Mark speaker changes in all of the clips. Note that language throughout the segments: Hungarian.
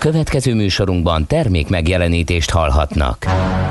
Speaker 1: Következő műsorunkban termék megjelenítést hallhatnak.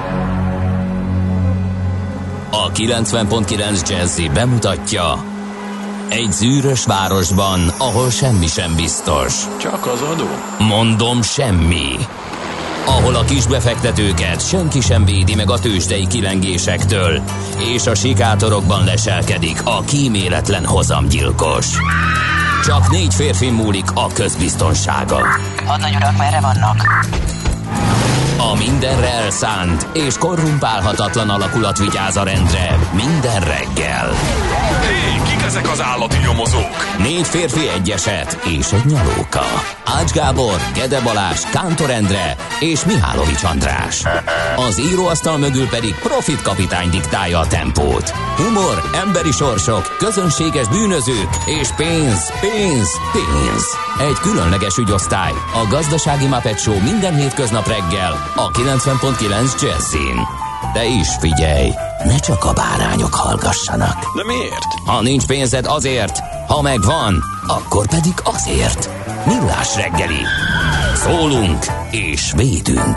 Speaker 1: A 90.9 Jazzy bemutatja: egy zűrös városban, ahol semmi sem biztos.
Speaker 2: Csak az adó?
Speaker 1: Mondom, semmi. Ahol a kisbefektetőket senki sem védi meg a tőzsdei kilengésektől, és a sikátorokban leselkedik a kíméletlen hozamgyilkos. Csak 4 férfi múlik a közbiztonsága.
Speaker 3: Hadnagy urak, merre vannak?
Speaker 1: A mindenre elszánt és korrumpálhatatlan alakulat vigyáz a rendre minden reggel.
Speaker 2: Hé, kik ezek az állati nyomozók?
Speaker 1: 4 férfi, egy eset és egy nyalóka. Ács Gábor, Gede Balázs, Kántor Endre és Mihálovics András. Az íróasztal mögül pedig Profit kapitány diktálja a tempót. Humor, emberi sorsok, közönséges bűnözők és pénz, pénz, pénz. Egy különleges ügyosztály, a Gazdasági Muppet Show minden hétköznap reggel a 90.9 Jazzyn. De is figyelj, ne csak a bárányok hallgassanak.
Speaker 2: De miért?
Speaker 1: Ha nincs pénzed, azért, ha megvan, akkor pedig azért. Millás reggeli. Szólunk és védünk.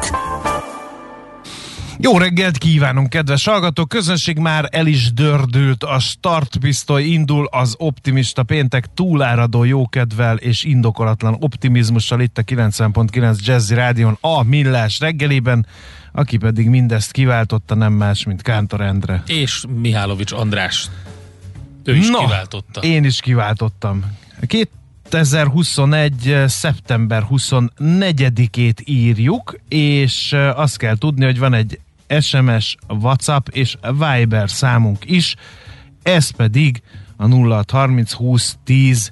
Speaker 4: Jó reggelt kívánunk, kedves hallgatók! Közönség, már el is dördült a startpisztoly, indul az optimista péntek túláradó jókedvel és indokolatlan optimizmussal itt a 90.9 Jazzy Rádion a Millás reggeliben, aki pedig mindezt kiváltotta, nem más, mint Kántor Endre.
Speaker 5: És Mihálovics András. Ő is kiváltotta.
Speaker 4: Én is kiváltottam. 2021. szeptember 24-ét írjuk, és azt kell tudni, hogy van egy SMS, WhatsApp és Viber számunk is, ez pedig a 0630 20 10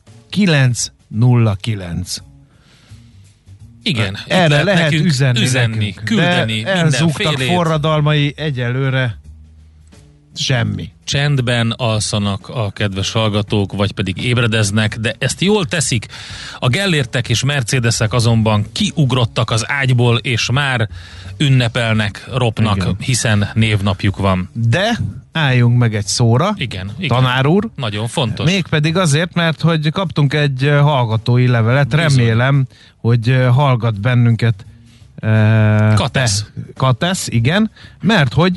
Speaker 4: 909.
Speaker 5: Igen.
Speaker 4: Erre lehet üzenni,
Speaker 5: küldeni,
Speaker 4: de elzúgtak
Speaker 5: mindenfélét.
Speaker 4: forradalmai, egyelőre semmi.
Speaker 5: Csendben alszanak a kedves hallgatók, vagy pedig ébredeznek, de ezt jól teszik. A Gellértek és Mercedesek azonban kiugrottak az ágyból, és már ünnepelnek, ropnak, igen, hiszen névnapjuk van.
Speaker 4: De álljunk meg egy szóra,
Speaker 5: igen,
Speaker 4: tanár úr.
Speaker 5: Nagyon fontos.
Speaker 4: Mégpedig azért, mert hogy kaptunk egy hallgatói levelet,
Speaker 5: bizony,
Speaker 4: remélem, hogy hallgat bennünket Katesz, igen, mert hogy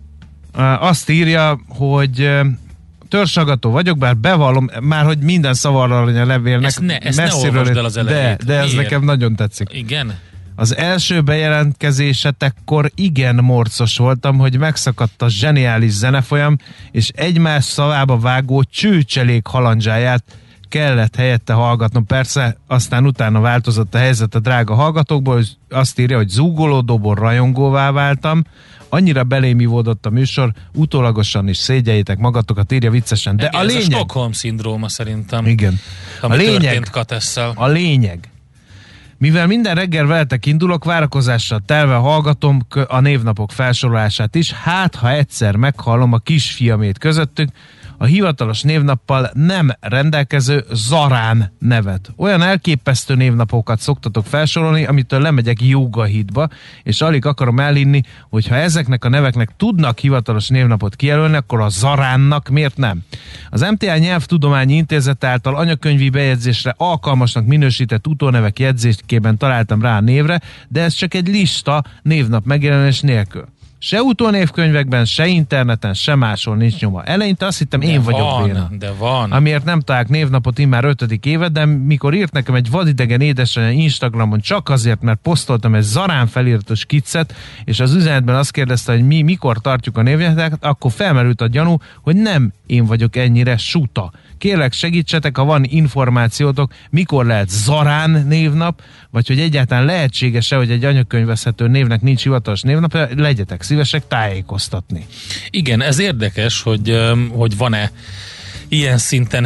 Speaker 4: azt írja, hogy törzshallgató vagyok, bár bevallom, már hogy minden szavarralany a levélnek
Speaker 5: ezt ne olvasd el az elejét.
Speaker 4: De ez nekem nagyon tetszik.
Speaker 5: Igen?
Speaker 4: Az első bejelentkezésetekkor igen morcos voltam, hogy megszakadt a zseniális zenefolyam, és egymás szavába vágó csőcselék halandzsáját kellett helyette hallgatnom. Persze, aztán utána változott a helyzet a drága hallgatókból, hogy azt írja, hogy zúgolódóból rajongóvá váltam, annyira belém ivódott a műsor, utólagosan is szégyeljétek magatokat, írja viccesen. De
Speaker 5: igen,
Speaker 4: a lényeg...
Speaker 5: Ez a Stockholm-szindróma szerintem.
Speaker 4: Igen.
Speaker 5: Ami történt Katesszel.
Speaker 4: A lényeg. Mivel minden reggel veletek indulok, várakozással telve hallgatom a névnapok felsorolását is, hát ha egyszer meghallom a kisfiamét közöttük, a hivatalos névnappal nem rendelkező Zarán nevet. Olyan elképesztő névnapokat szoktatok felsorolni, amitől lemegyek Jógahídba, és alig akarom elhinni, hogy ha ezeknek a neveknek tudnak hivatalos névnapot kijelölni, akkor a Zaránnak miért nem? Az MTA Nyelvtudományi Intézet által anyakönyvi bejegyzésre alkalmasnak minősített utónevek jegyzékében találtam rá a névre, de ez csak egy lista névnap megjelenés nélkül. Se utónévkönyvekben, se interneten, se máshol nincs nyoma. Eleinte azt hittem, én vagyok béna.
Speaker 5: De van.
Speaker 4: Amiért nem találok névnapot immár 5. éve, de mikor írt nekem egy vadidegen édesanyja Instagramon csak azért, mert posztoltam egy Zarán feliratos skiccet, és az üzenetben azt kérdezte, hogy mi mikor tartjuk a névnapot, akkor felmerült a gyanú, hogy nem én vagyok ennyire suta. Kérlek, segítsetek, ha van információtok, mikor lehet Zarán névnap, vagy hogy egyáltalán lehetséges-e, hogy egy anyakönyvezhető névnek nincs hivatalos névnapja, legyetek szívesek tájékoztatni.
Speaker 5: Igen, ez érdekes, hogy van-e ilyen szinten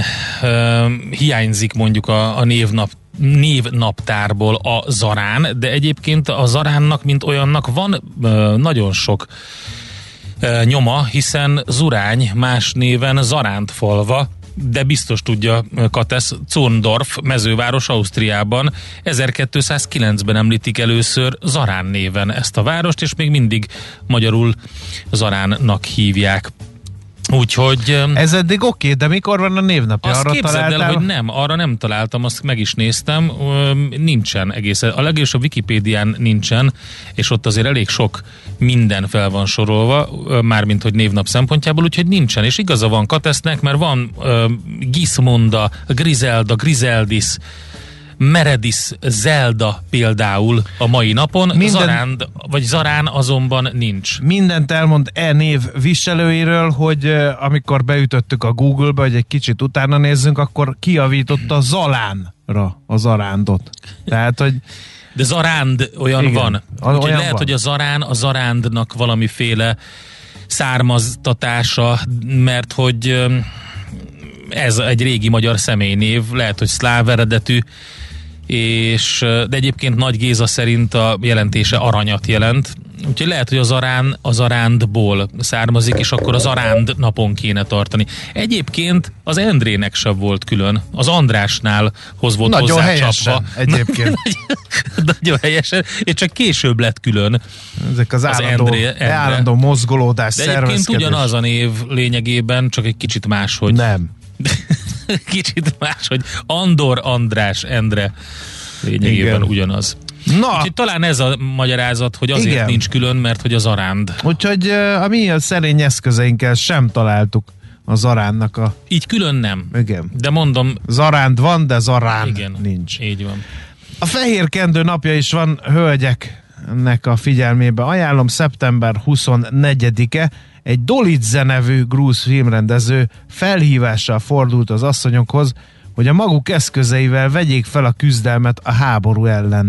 Speaker 5: hiányzik mondjuk a névnaptárból a Zarán, de egyébként a Zaránnak, mint olyannak van nagyon sok nyoma, hiszen Zurány más néven Zarántfalva, de biztos tudja Katesz, Zurndorf, mezőváros Ausztriában. 1209-ben említik először Zarán néven ezt a várost, és még mindig magyarul Zaránnak hívják. Úgyhogy...
Speaker 4: Ez eddig oké, de mikor van a névnapja?
Speaker 5: Azt
Speaker 4: arra
Speaker 5: képzeld el,
Speaker 4: találtál?
Speaker 5: hogy nem, arra nem találtam, azt meg is néztem, nincsen egészen. A legelső Wikipédián nincsen, és ott azért elég sok minden fel van sorolva, mármint hogy névnap szempontjából, úgyhogy nincsen, és igaza van Katesznek, mert van Gismonda, Griselda, Griseldis, Meredith, Zelda például a mai napon, Zarán azonban nincs.
Speaker 4: Mindent elmond név viselőiről, hogy amikor beütöttük a Google-be, hogy egy kicsit utána nézzünk, akkor kijavította Zalánra a Zarándot. Tehát, hogy
Speaker 5: de Zaránd olyan
Speaker 4: igen,
Speaker 5: van. Úgyhogy
Speaker 4: olyan
Speaker 5: lehet,
Speaker 4: van.
Speaker 5: hogy a Zarándnak valamiféle származtatása, mert hogy ez egy régi magyar személynév, lehet, hogy szláv eredetű, de egyébként Nagy Géza szerint a jelentése aranyat jelent, úgyhogy lehet, hogy az arándból származik, és akkor az aránd napon kéne tartani. Egyébként az Endrének sem volt külön, az Andrásnál volt
Speaker 4: nagyon
Speaker 5: hozzácsapva.
Speaker 4: Egyébként.
Speaker 5: Nagyon helyesen, és csak később lett külön.
Speaker 4: Ezek az állandó mozgolódás,
Speaker 5: de egyébként
Speaker 4: szervezkedés.
Speaker 5: ugyanaz a név lényegében, csak egy kicsit máshogy.
Speaker 4: Nem.
Speaker 5: Kicsit máshogy. Andor, András, Endre lényegében igen. Ugyanaz.
Speaker 4: Na.
Speaker 5: Úgyhogy talán ez a magyarázat, hogy azért igen. nincs külön, mert hogy az aránd.
Speaker 4: Úgyhogy a mi szerény eszközeinkkel sem találtuk a Zaránnak a...
Speaker 5: Így külön nem.
Speaker 4: Igen.
Speaker 5: De mondom...
Speaker 4: Zaránd van, de Zarán
Speaker 5: igen,
Speaker 4: nincs.
Speaker 5: Így van.
Speaker 4: A Fehér Kendő napja is van, hölgyeknek a figyelmébe ajánlom, szeptember 24-e egy Dolidze nevű grúz filmrendező felhívással fordult az asszonyokhoz, hogy a maguk eszközeivel vegyék fel a küzdelmet a háború ellen.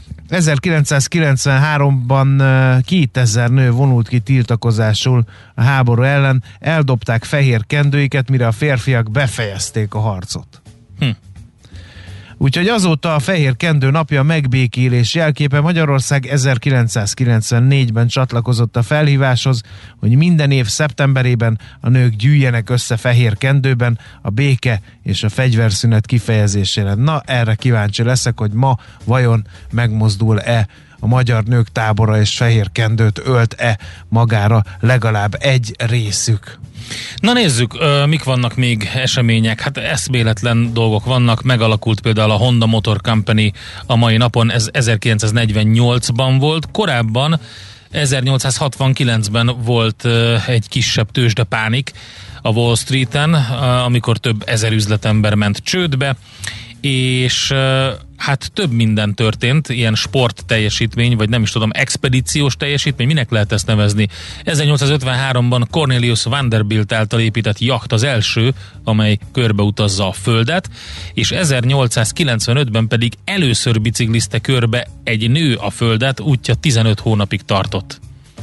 Speaker 4: 1993-ban 2000 nő vonult ki tiltakozásul a háború ellen, eldobták fehér kendőiket, mire a férfiak befejezték a harcot. Úgyhogy azóta a Fehér Kendő napja megbékélés jelképe. Magyarország 1994-ben csatlakozott a felhíváshoz, hogy minden év szeptemberében a nők gyűjjenek össze fehér kendőben a béke és a fegyverszünet kifejezésére. Na, erre kíváncsi leszek, hogy ma vajon megmozdul-e a magyar nők tábora, és fehér kendőt ölt-e magára legalább egy részük.
Speaker 5: Na nézzük, mik vannak még események. Hát eszméletlen dolgok vannak. Megalakult például a Honda Motor Company a mai napon, ez 1948-ban volt. Korábban 1869-ben volt egy kisebb tőzsdepánik a Wall Streeten, amikor több ezer üzletember ment csődbe, és hát több minden történt, ilyen sport teljesítmény, vagy nem is tudom, expedíciós teljesítmény, minek lehet ezt nevezni? 1853-ban Cornelius Vanderbilt által épített jacht az első, amely körbeutazza a Földet, és 1895-ben pedig először biciklizte körbe egy nő a Földet, útja 15 hónapig tartott.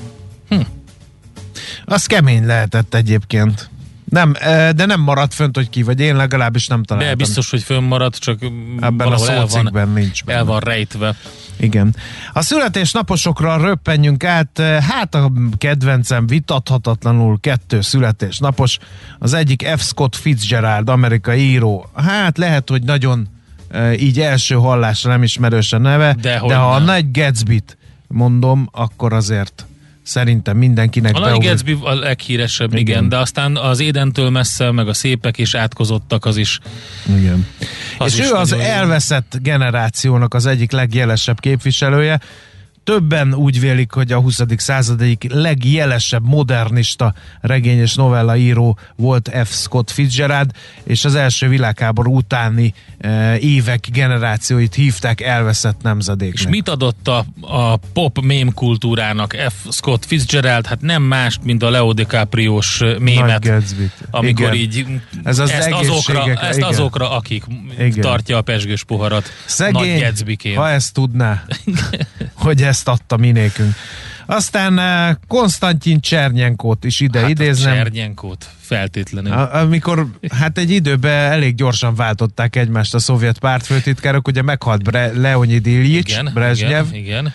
Speaker 4: Az kemény lehetett egyébként. Nem, de nem maradt fönt, hogy ki vagy, én legalábbis nem találtam.
Speaker 5: De biztos, hogy fönnmaradt, csak
Speaker 4: ebben a szócikkben nincs benne.
Speaker 5: El van rejtve.
Speaker 4: Igen. A születésnaposokra röppenjünk át, hát a kedvencem vitathatatlanul 2 születésnapos. Az egyik F. Scott Fitzgerald, amerikai író. Hát lehet, hogy nagyon így első hallásra nem ismerős a neve, de ha a Nagy Gatsbyt mondom, akkor azért szerintem mindenkinek
Speaker 5: a Nagy Gatsby a leghíresebb, igen, de aztán az Édentől messze, meg a Szépek és átkozottak, az is.
Speaker 4: Igen. És ő az elveszett generációnak az egyik legjelesebb képviselője. Többen úgy vélik, hogy a 20. század egyik legjelesebb modernista regény és novella író volt F. Scott Fitzgerald, és az első világháború utáni évek generációit hívták elveszett nemzedéknek.
Speaker 5: És mit adott a pop mém kultúrának F. Scott Fitzgerald? Hát nem más, mint a Leo DiCaprio-s mémet, amikor igen. Így ezt azokra, akik igen. tartja a pezsgős poharat
Speaker 4: szegény,
Speaker 5: Nagy Gatsbyként.
Speaker 4: Ha ezt tudná, hogy ezt adta minékünk. Aztán Konstantin Csernyenkót is ide idéznem.
Speaker 5: Csernyenkót feltétlenül.
Speaker 4: Amikor hát egy időben elég gyorsan váltották egymást a szovjet pártfőtitkárok, ugye meghalt Leonid Iljics, Brezsnyev.
Speaker 5: Igen.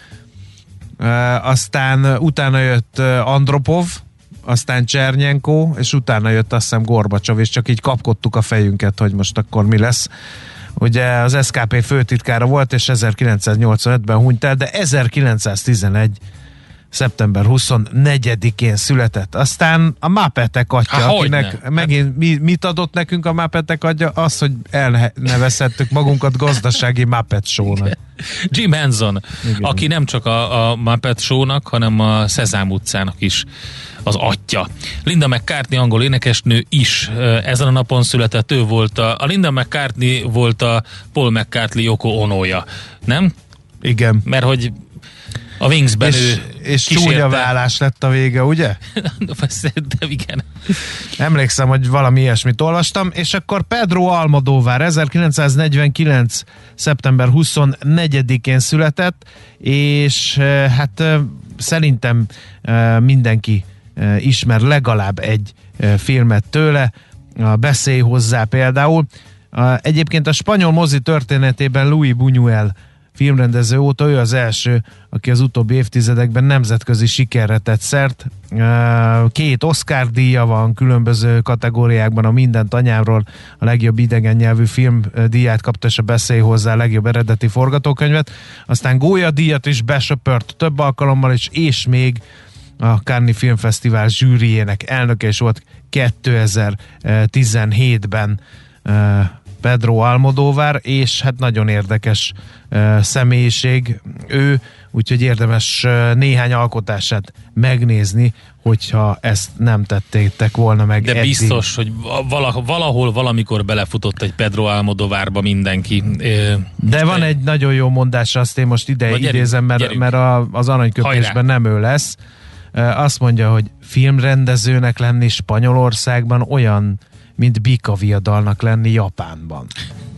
Speaker 4: Aztán utána jött Andropov, aztán Csernyenkó, és utána jött azt hiszem Gorbacsov, és csak így kapkodtuk a fejünket, hogy most akkor mi lesz. Ugye az SKP főtitkára volt, és 1985-ben hunyt el, de 1911. szeptember 24-én született. Aztán a Mappetek atya, akinek megint mit adott nekünk a Mappetek atya? Az, hogy elnevezhettük magunkat gazdasági Muppet Show-nak.
Speaker 5: Jim Henson,
Speaker 4: igen,
Speaker 5: aki nem csak a Muppet Show-nak, hanem a Szezám utcának is az atya. Linda McCartney angol énekesnő is ezen a napon született, ő volt a Linda McCartney volt a Paul McCartney Yoko Onója, nem?
Speaker 4: Igen.
Speaker 5: Mert hogy a Wingsben
Speaker 4: és csúnya vállás lett a vége, ugye?
Speaker 5: Szerintem igen.
Speaker 4: Emlékszem, hogy valami ilyesmit olvastam, és akkor Pedro Almodóvar 1949. szeptember 24-én született, és hát szerintem mindenki ismer legalább egy filmet tőle, Beszélj hozzá például. Egyébként a spanyol mozi történetében Luis Buñuel filmrendező óta ő az első, aki az utóbbi évtizedekben nemzetközi sikerre tett szert. 2 Oscar díja van különböző kategóriákban, a Mindent anyámról a legjobb idegen nyelvű film díját kapta, és a Beszélj hozzá a legjobb eredeti forgatókönyvet. Aztán Gólya díjat is besöpört több alkalommal, és még a Cannes Filmfesztivál zsűriének elnöke is volt 2017-ben Pedro Almodóvar, és hát nagyon érdekes személyiség ő, úgyhogy érdemes néhány alkotását megnézni, hogyha ezt nem tettétek volna meg
Speaker 5: de
Speaker 4: eddig.
Speaker 5: Biztos, hogy valahol valamikor belefutott egy Pedro Almodóvárba mindenki.
Speaker 4: De van egy nagyon jó mondás, azt én most ide idézem, mert az aranyköpésben nem ő lesz. Azt mondja, hogy filmrendezőnek lenni Spanyolországban olyan, mint bika viadalnak lenni Japánban.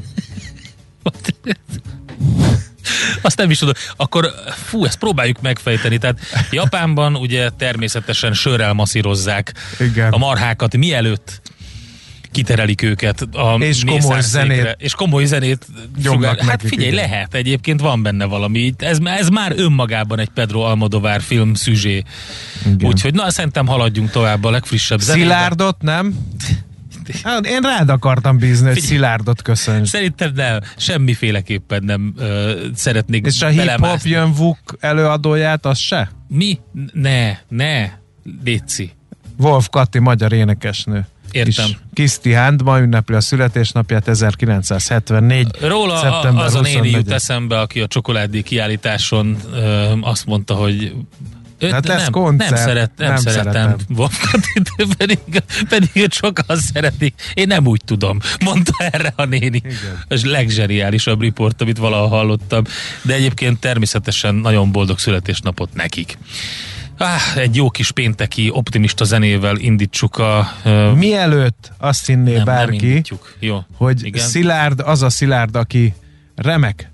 Speaker 5: Azt nem is tudom. Akkor ezt próbáljuk megfejteni. Tehát Japánban ugye természetesen sörrel masszírozzák a marhákat, mielőtt kiterelik őket a
Speaker 4: és komoly zenét.
Speaker 5: És komoly zenét hát figyelj, lehet, egyébként van benne valami. Ez már önmagában egy Pedro Almodóvar film szüzsé. Úgyhogy szerintem haladjunk tovább a legfrissebb zenébe.
Speaker 4: Szilárdot, nem? Én rád akartam bízni, hogy Szilárdot köszönj.
Speaker 5: Szerintem nem, semmiféleképpen nem szeretnék
Speaker 4: és a hip-hop jön Vuk előadóját, az se?
Speaker 5: Mi? Ne, Léci.
Speaker 4: Wolf Kati, magyar énekesnő.
Speaker 5: Értem.
Speaker 4: Kiszti Hand ma ünnepli a születésnapját 1974.
Speaker 5: Róla az a néni jut eszembe, aki a csokoládé kiállításon azt mondta, hogy
Speaker 4: hát ez koncert.
Speaker 5: Nem szeretem Wolfgatit, pedig őt sokan szeretik. Én nem úgy tudom, mondta erre a néni. Igen. Ez legzseniálisabb riport, amit valaha hallottam. De egyébként természetesen nagyon boldog születésnapot nekik. Egy jó kis pénteki optimista zenével indítsuk a...
Speaker 4: Mielőtt azt hinné bárki,
Speaker 5: jó,
Speaker 4: hogy igen? Szilárd, az a Szilárd, aki remek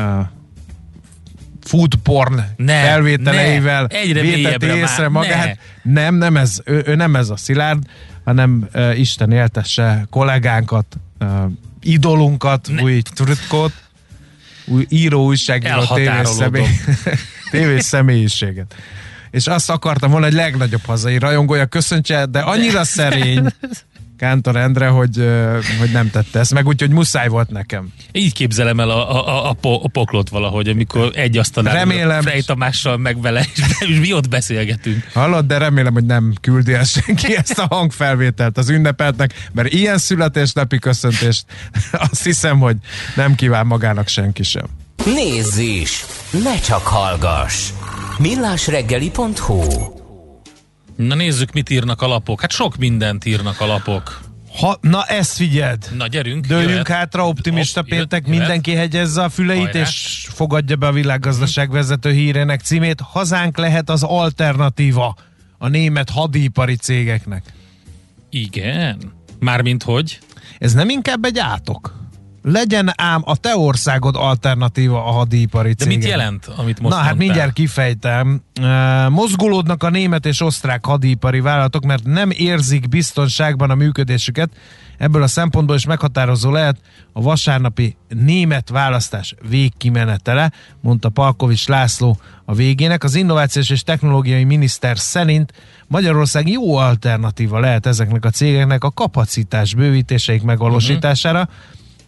Speaker 4: food porn felvételeivel véteti észre magát. Nem ez, ő nem ez a Szilárd, hanem Isten éltesse kollégánkat, idolunkat, új Trutkót, új író, újságíró, tévés személyiséget. És azt akartam volna, hogy legnagyobb hazai rajongója köszöntse, de annyira szerény Kántor Endre, hogy nem tette ezt meg, úgyhogy muszáj volt nekem.
Speaker 5: Így képzelem el a poklot valahogy, amikor egy asztalán Frey Tamással meg vele, és mi ott beszélgetünk.
Speaker 4: Hallod, de remélem, hogy nem küldi el senki ezt a hangfelvételt az ünnepeltnek, mert ilyen születésnapi köszöntést azt hiszem, hogy nem kíván magának senki sem.
Speaker 1: Nézz is! Ne csak hallgass! millásreggeli.hu.
Speaker 5: Na nézzük, mit írnak a lapok. Hát sok mindent írnak a lapok.
Speaker 4: Na ezt figyeld!
Speaker 5: Na gyerünk!
Speaker 4: Dőljünk hátra, optimista péntek, mindenki hegyezze a füleit, hajrá, és fogadja be a világgazdaság vezető hírének címét. Hazánk lehet az alternatíva a német hadipari cégeknek.
Speaker 5: Igen? Mármint hogy? Ez
Speaker 4: nem inkább egy átok? Legyen ám a te országod alternatíva a hadipari cégek.
Speaker 5: De mit jelent, amit most
Speaker 4: hát mindjárt kifejtem. Mozgolódnak a német és osztrák hadipari vállalatok, mert nem érzik biztonságban a működésüket. Ebből a szempontból is meghatározó lehet a vasárnapi német választás végkimenetele, mondta Palkovics László a végének. Az innovációs és technológiai miniszter szerint Magyarország jó alternatíva lehet ezeknek a cégeknek a kapacitás bővítéseik megvalósítására.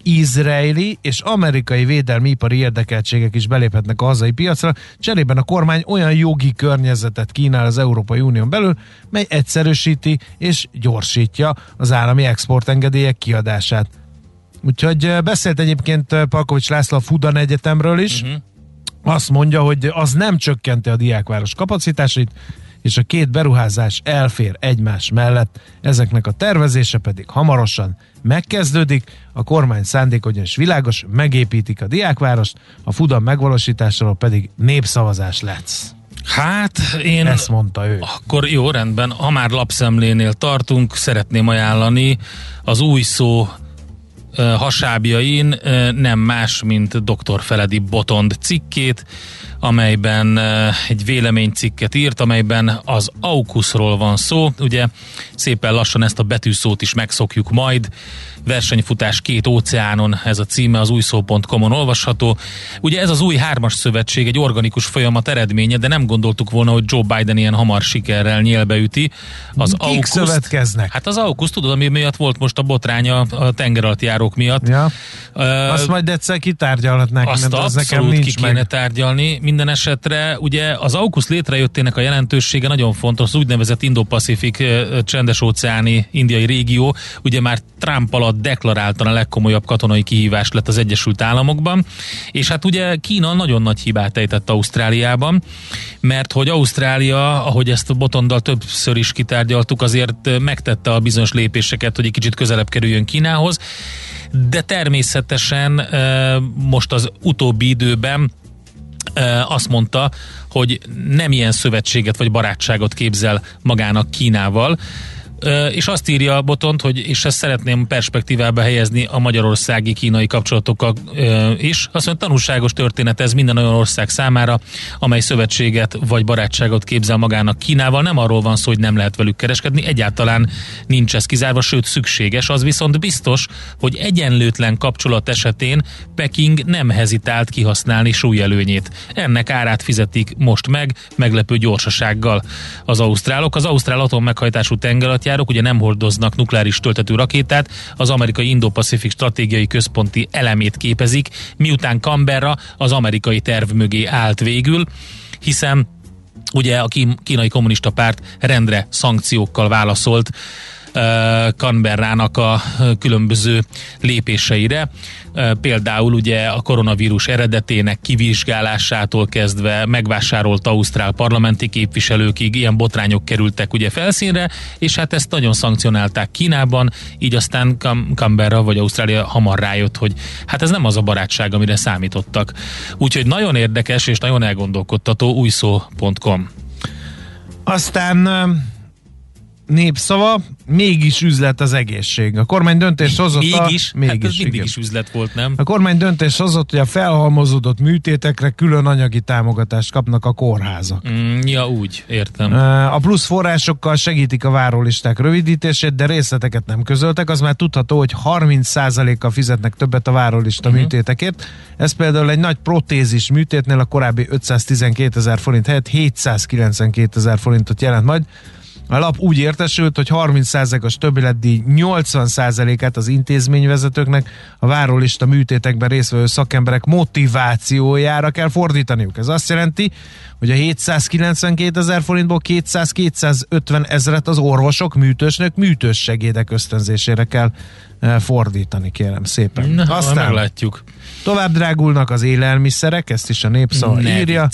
Speaker 4: izraeli és amerikai védelmi ipari érdekeltségek is beléphetnek a hazai piacra, cserében a kormány olyan jogi környezetet kínál az Európai Unión belül, mely egyszerűsíti és gyorsítja az állami exportengedélyek kiadását. Úgyhogy beszélt egyébként Palkovics László a Fudan Egyetemről is, azt mondja, hogy az nem csökkenti a diákváros kapacitásait, és a két beruházás elfér egymás mellett. Ezeknek a tervezése pedig hamarosan megkezdődik. A kormány szándék ugyanis világos, megépítik a diákvárost, a Fudan megvalósításról pedig népszavazás lesz.
Speaker 5: Hát én...
Speaker 4: Ezt mondta ő.
Speaker 5: Akkor jó, rendben. Ha már lapszemlénél tartunk, szeretném ajánlani az Új Szó hasábjain nem más, mint dr. Feledi Botond cikkét, amelyben egy véleménycikket írt, amelyben az AUKUS-ról van szó. Ugye szépen lassan ezt a betűszót is megszokjuk majd. Versenyfutás két óceánon, ez a címe, az újszó.com-on olvasható. Ugye ez az új 3-as szövetség egy organikus folyamat eredménye, de nem gondoltuk volna, hogy Joe Biden ilyen hamar sikerrel nyélbeüti az AUKUS-t.
Speaker 4: Kik szövetkeznek?
Speaker 5: Hát az AUKUS, tudod, ami miatt volt most a botránya a tengeralattjárók miatt.
Speaker 4: Ja. Azt majd egyszer kitárgyalhatnánk,
Speaker 5: azt
Speaker 4: mert az nekem
Speaker 5: abszolút
Speaker 4: nincs
Speaker 5: ki kéne tárgyalni. Minden esetre ugye az AUKUS létrejöttének a jelentősége nagyon fontos, az úgynevezett Indo-Pacific csendes-óceáni indiai régió, ugye már Trump alatt deklaráltan a legkomolyabb katonai kihívás lett az Egyesült Államokban, és hát ugye Kína nagyon nagy hibát ejtett Ausztráliában, mert hogy Ausztrália, ahogy ezt a Botonddal többször is kitárgyaltuk, azért megtette a bizonyos lépéseket, hogy egy kicsit közelebb kerüljön Kínához, de természetesen most az utóbbi időben azt mondta, hogy nem ilyen szövetséget vagy barátságot képzel magának Kínával, és azt írja Botond, hogy, és ezt szeretném perspektívába helyezni a magyarországi kínai kapcsolatokkal is. Azt mondja, tanulságos történet ez minden olyan ország számára, amely szövetséget vagy barátságot képzel magának Kínával. Nem arról van szó, hogy nem lehet velük kereskedni, egyáltalán nincs ez kizárva, sőt szükséges. Az viszont biztos, hogy egyenlőtlen kapcsolat esetén Peking nem hezitált kihasználni súlyelőnyét. Ennek árát fizetik most meglepő gyorsasággal az ausztrálok. Az ausztrál atommeghajtású tengeralattjárók ugye nem hordoznak nukleáris töltető rakétát, az amerikai Indo-Pacific stratégiai központi elemét képezik, miután Canberra az amerikai terv mögé állt végül, hiszen ugye a kínai kommunista párt rendre szankciókkal válaszolt Canberrának a különböző lépéseire. Például ugye a koronavírus eredetének kivizsgálásától kezdve megvásárolt ausztrál parlamenti képviselőkig ilyen botrányok kerültek ugye felszínre, és hát ezt nagyon szankcionálták Kínában, így aztán Canberra vagy Ausztrália hamar rájött, hogy hát ez nem az a barátság, amire számítottak. Úgyhogy nagyon érdekes és nagyon elgondolkodtató újszó.com.
Speaker 4: Aztán népszava, mégis üzlet az egészség. A kormány döntést hozott
Speaker 5: mégis hát ez mindig
Speaker 4: igen.
Speaker 5: is üzlet volt, nem?
Speaker 4: A kormány döntést hozott, hogy a felhalmozódott műtétekre külön anyagi támogatást kapnak a kórházak.
Speaker 5: Ja, úgy, értem.
Speaker 4: A plusz forrásokkal segítik a várólisták rövidítését, de részleteket nem közöltek. Az már tudható, hogy 30%-kal fizetnek többet a várólista műtétekért. Ez például egy nagy protézis műtétnél a korábbi 512 000 forint helyett 792 000 forintot jelent majd. A lap úgy értesült, hogy 30%-os többletdíj 80%-át az intézményvezetőknek a várólista műtétekben résztvevő szakemberek motivációjára kell fordítaniuk. Ez azt jelenti, hogy a 792 000 forintból 200-250 000 az orvosok, műtősnök, műtőssegédek ösztönzésére kell fordítani, kérem szépen.
Speaker 5: Na,
Speaker 4: aztán
Speaker 5: meglátjuk.
Speaker 4: Tovább drágulnak az élelmiszerek, ezt is a Népszava írja.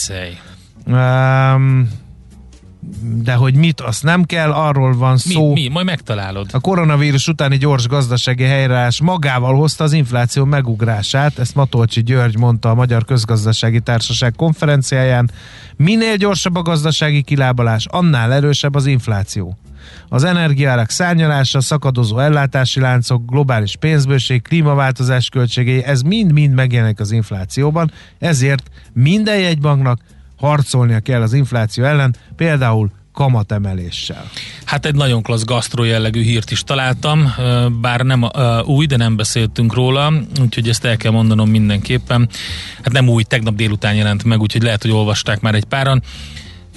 Speaker 4: De hogy mit, azt nem kell, arról van szó.
Speaker 5: Mi? Majd megtalálod.
Speaker 4: A koronavírus utáni gyors gazdasági helyreállás magával hozta az infláció megugrását, ezt Matolcsy György mondta a Magyar Közgazdasági Társaság konferenciáján. Minél gyorsabb a gazdasági kilábalás, annál erősebb az infláció. Az energiaárak szárnyalása, szakadozó ellátási láncok, globális pénzbőség, klímaváltozás költségei, ez mind-mind megjelenik az inflációban, ezért minden jegybanknak harcolnia kell az infláció ellen, például kamatemeléssel.
Speaker 5: Hát egy nagyon klassz gasztró jellegű hírt is találtam, bár nem új, de nem beszéltünk róla, úgyhogy ezt el kell mondanom mindenképpen. Hát nem új, tegnap délután jelent meg, úgyhogy lehet, hogy olvasták már egy páran.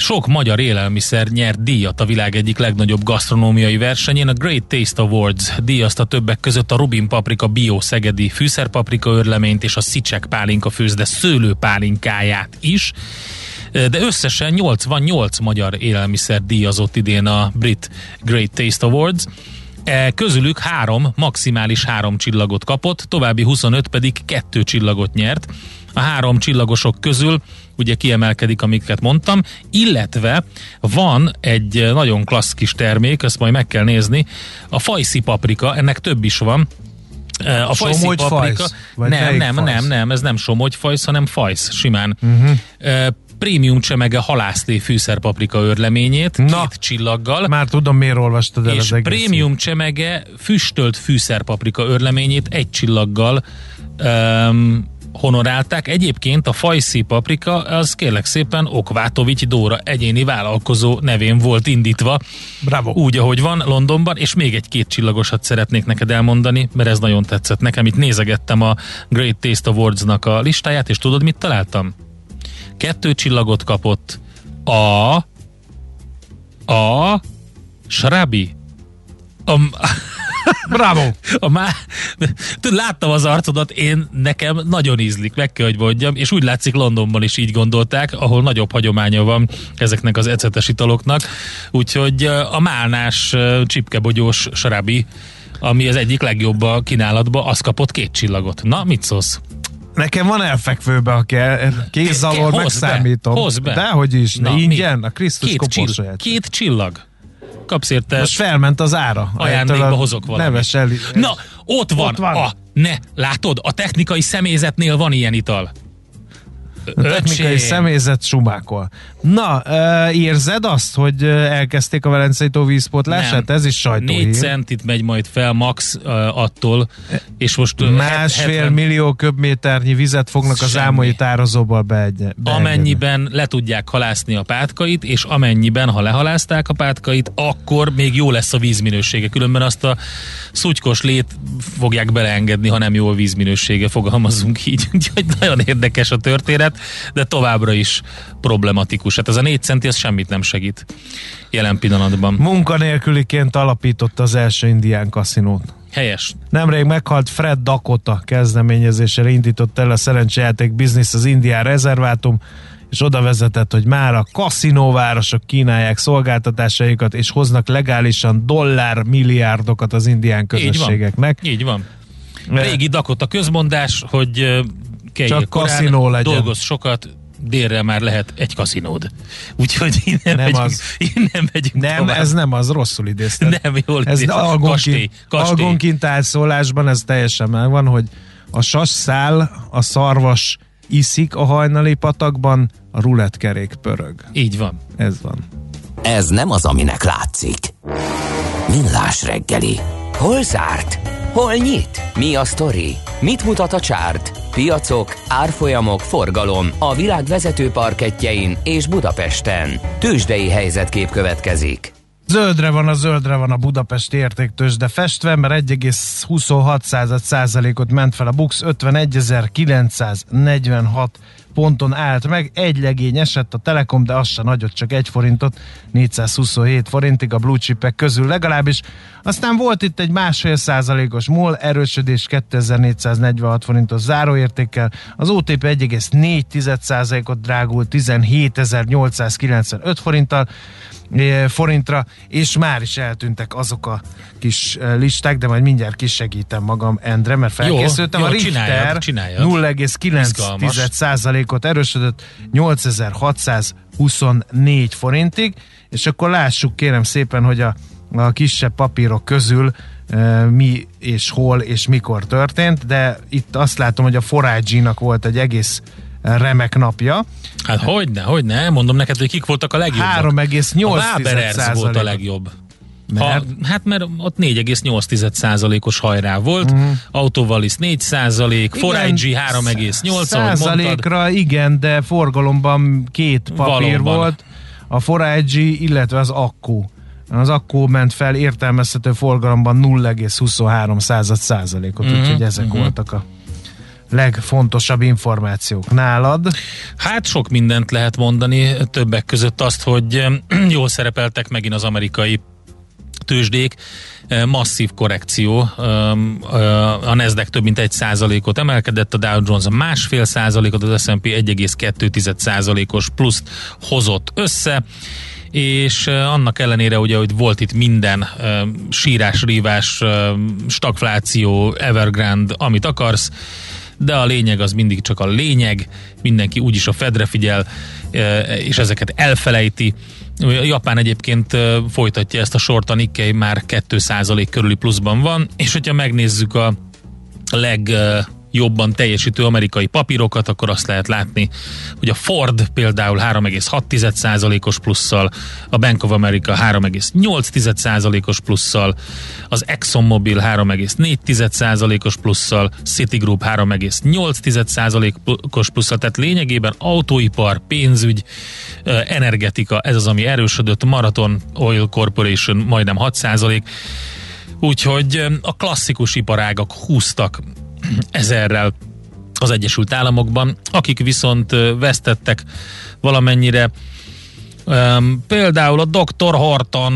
Speaker 5: Sok magyar élelmiszer nyert díjat a világ egyik legnagyobb gasztronómiai versenyén. A Great Taste Awards díjazta többek között a Rubin Paprika Bio szegedi fűszerpaprika örleményt és a Szicsek pálinka főzde szőlőpálinkáját is. De összesen 88 magyar élelmiszer díjazott idén a brit Great Taste Awards. Közülük maximális 3 csillagot kapott, további 25 pedig 2 csillagot nyert. A 3 csillagosok közül ugye kiemelkedik, amiket mondtam, illetve van egy nagyon klassz kis termék, ezt majd meg kell nézni, a fajszi paprika, ennek több is van. A fajszi paprika, nem, ez nem somogyfajsz, hanem fajsz, simán. Prémium csemege halászlé fűszerpaprika örleményét, 2 csillaggal.
Speaker 4: Már tudom, miért olvastad el
Speaker 5: és
Speaker 4: az egészet.
Speaker 5: prémium csemege füstölt fűszerpaprika örleményét 1 csillaggal honorálták. Egyébként a fajszi paprika az kérlek szépen Okvátovics Dóra egyéni vállalkozó nevén volt indítva.
Speaker 4: Bravo.
Speaker 5: Úgy, ahogy van Londonban, és még egy 2 csillagosat szeretnék neked elmondani, mert ez nagyon tetszett nekem. Itt nézegettem a Great Taste Awards-nak a listáját, és tudod, mit találtam? 2 csillagot kapott a Srabi.
Speaker 4: Bravo!
Speaker 5: Láttam az arcodat, nekem nagyon ízlik, meg kell, hogy mondjam, és úgy látszik Londonban is így gondolták, ahol nagyobb hagyománya van ezeknek az ecetes italoknak, úgyhogy a málnás csipkebogyós Srabi, ami az egyik legjobb a kínálatban, az kapott 2 csillagot. Na, mit szólsz?
Speaker 4: Nekem van elfekvőbe, aki kézzavar, megszámítom.
Speaker 5: Hozd be.
Speaker 4: Dehogy is,
Speaker 5: Na,
Speaker 4: ingyen, a Krisztus koporsóját.
Speaker 5: 2 csillag. Kapsz érte.
Speaker 4: Most felment az ára.
Speaker 5: Ajándékba hozok valamit. Na, ott van. Látod, a technikai személyzetnél van ilyen ital.
Speaker 4: A technikai személyzet sumákol. Na, érzed azt, hogy elkezdték a Velencei tó vízpótlását? Ez is sajtóhír.
Speaker 5: 4 centit megy majd fel max attól, és most
Speaker 4: 1,5 millió köbméternyi vizet fognak az Ámolyi tározóból beengedni.
Speaker 5: Amennyiben le tudják halászni a pátkait, és amennyiben, ha lehalázták a pátkait, akkor még jó lesz a vízminősége. Különben azt a szutykos lét fogják beleengedni, ha nem jó a vízminősége, fogalmazunk így. Úgyhogy nagyon érdekes a történet, de továbbra is problematikus. Hát ez a 4 centi, ez semmit nem segít jelen pillanatban.
Speaker 4: Munkanélküliként alapította az első indián kaszinót.
Speaker 5: Helyes.
Speaker 4: Nemrég meghalt Fred Dakota kezdeményezésére indított el a szerencsejáték biznisz az indián rezervátum, és oda vezetett, hogy már a kaszinóvárosok kínálják szolgáltatásaikat, és hoznak legálisan dollármilliárdokat az indián közösségeknek.
Speaker 5: Így van. Régi Dakota közmondás, hogy
Speaker 4: csak kaszinó legyen.
Speaker 5: Dolgozz sokat, délre már lehet egy kaszinód. Úgyhogy innen megyünk
Speaker 4: nem,
Speaker 5: tovább.
Speaker 4: Ez nem az, rosszul idézted.
Speaker 5: Nem, jól
Speaker 4: ez
Speaker 5: kastély.
Speaker 4: Algonkintált szólásban ez teljesen megvan, hogy a sasszál, a szarvas iszik a hajnali patakban, a rulettkerék pörög.
Speaker 5: Így van.
Speaker 4: Ez van.
Speaker 1: Ez nem az, aminek látszik. Millás reggeli. Hol zárt? Hol nyit? Mi a sztori? Mit mutat a csárt? Piacok, árfolyamok, forgalom a világ vezető parkettjein és Budapesten. Tőzsdei helyzetkép következik.
Speaker 4: Zöldre van a budapesti értéktőzsde festve, mert 1,26%-ot ment fel a BUX, 51.946 ponton állt meg, egy legény esett a Telekom, de az se nagyot, csak 1 forintot, 427 forintig a blue chipek közül legalábbis. Aztán volt itt egy 1,5%-os MOL erősödés 2446 forintos záróértékkel, az OTP 1,4%-ot drágult 17.895 forintra, és már is eltűntek azok a kis listák, de majd mindjárt kisegítem magam, Endre, mert felkészültem.
Speaker 5: Jó,
Speaker 4: a Richter
Speaker 5: csináljad.
Speaker 4: 0,9%-ot erősödött 8624 forintig, és akkor lássuk kérem szépen, hogy a kisebb papírok közül mi és hol és mikor történt, de itt azt látom, hogy a Forage-nak volt egy egész remek napja.
Speaker 5: Hát hogyne, mondom neked, hogy kik voltak a legjobbak.
Speaker 4: 3,8%.
Speaker 5: A Waberers volt a legjobb. Mert ott 4,8%-os hajrá volt, Autovalis 4%, Forage 3,8%.
Speaker 4: Százalékra igen, de forgalomban 2 papír valóban volt, a Forage, illetve az Akku. Az Akku ment fel értelmezhető forgalomban 0,23%-ot, úgyhogy ezek voltak a legfontosabb információk nálad?
Speaker 5: Hát sok mindent lehet mondani, többek között azt, hogy jól szerepeltek megint az amerikai tőzsdék, masszív korrekció, a Nasdaq több mint 1%-ot emelkedett, a Dow Jones 1,5%-ot, az S&P 1,2%-os pluszt hozott össze, és annak ellenére ugye, hogy volt itt minden sírás-rívás, stagfláció, Evergrande, amit akarsz, de a lényeg az mindig csak a lényeg, mindenki úgyis a Fedre figyel, és ezeket elfelejti. Japán egyébként folytatja ezt a sort, a Nikkei már 2% körüli pluszban van, és hogyha megnézzük a legjobban teljesítő amerikai papírokat, akkor azt lehet látni, hogy a Ford például 3,6%-os plusszal, a Bank of America 3,8%-os plusszal, az ExxonMobil 3,4%-os plusszal, Citigroup 3,8%-os plusszal, tehát lényegében autóipar, pénzügy, energetika, ez az, ami erősödött, Marathon Oil Corporation majdnem 6%, úgyhogy a klasszikus iparágak húztak ezerrel az Egyesült Államokban, akik viszont vesztettek valamennyire, például a Dr. Horton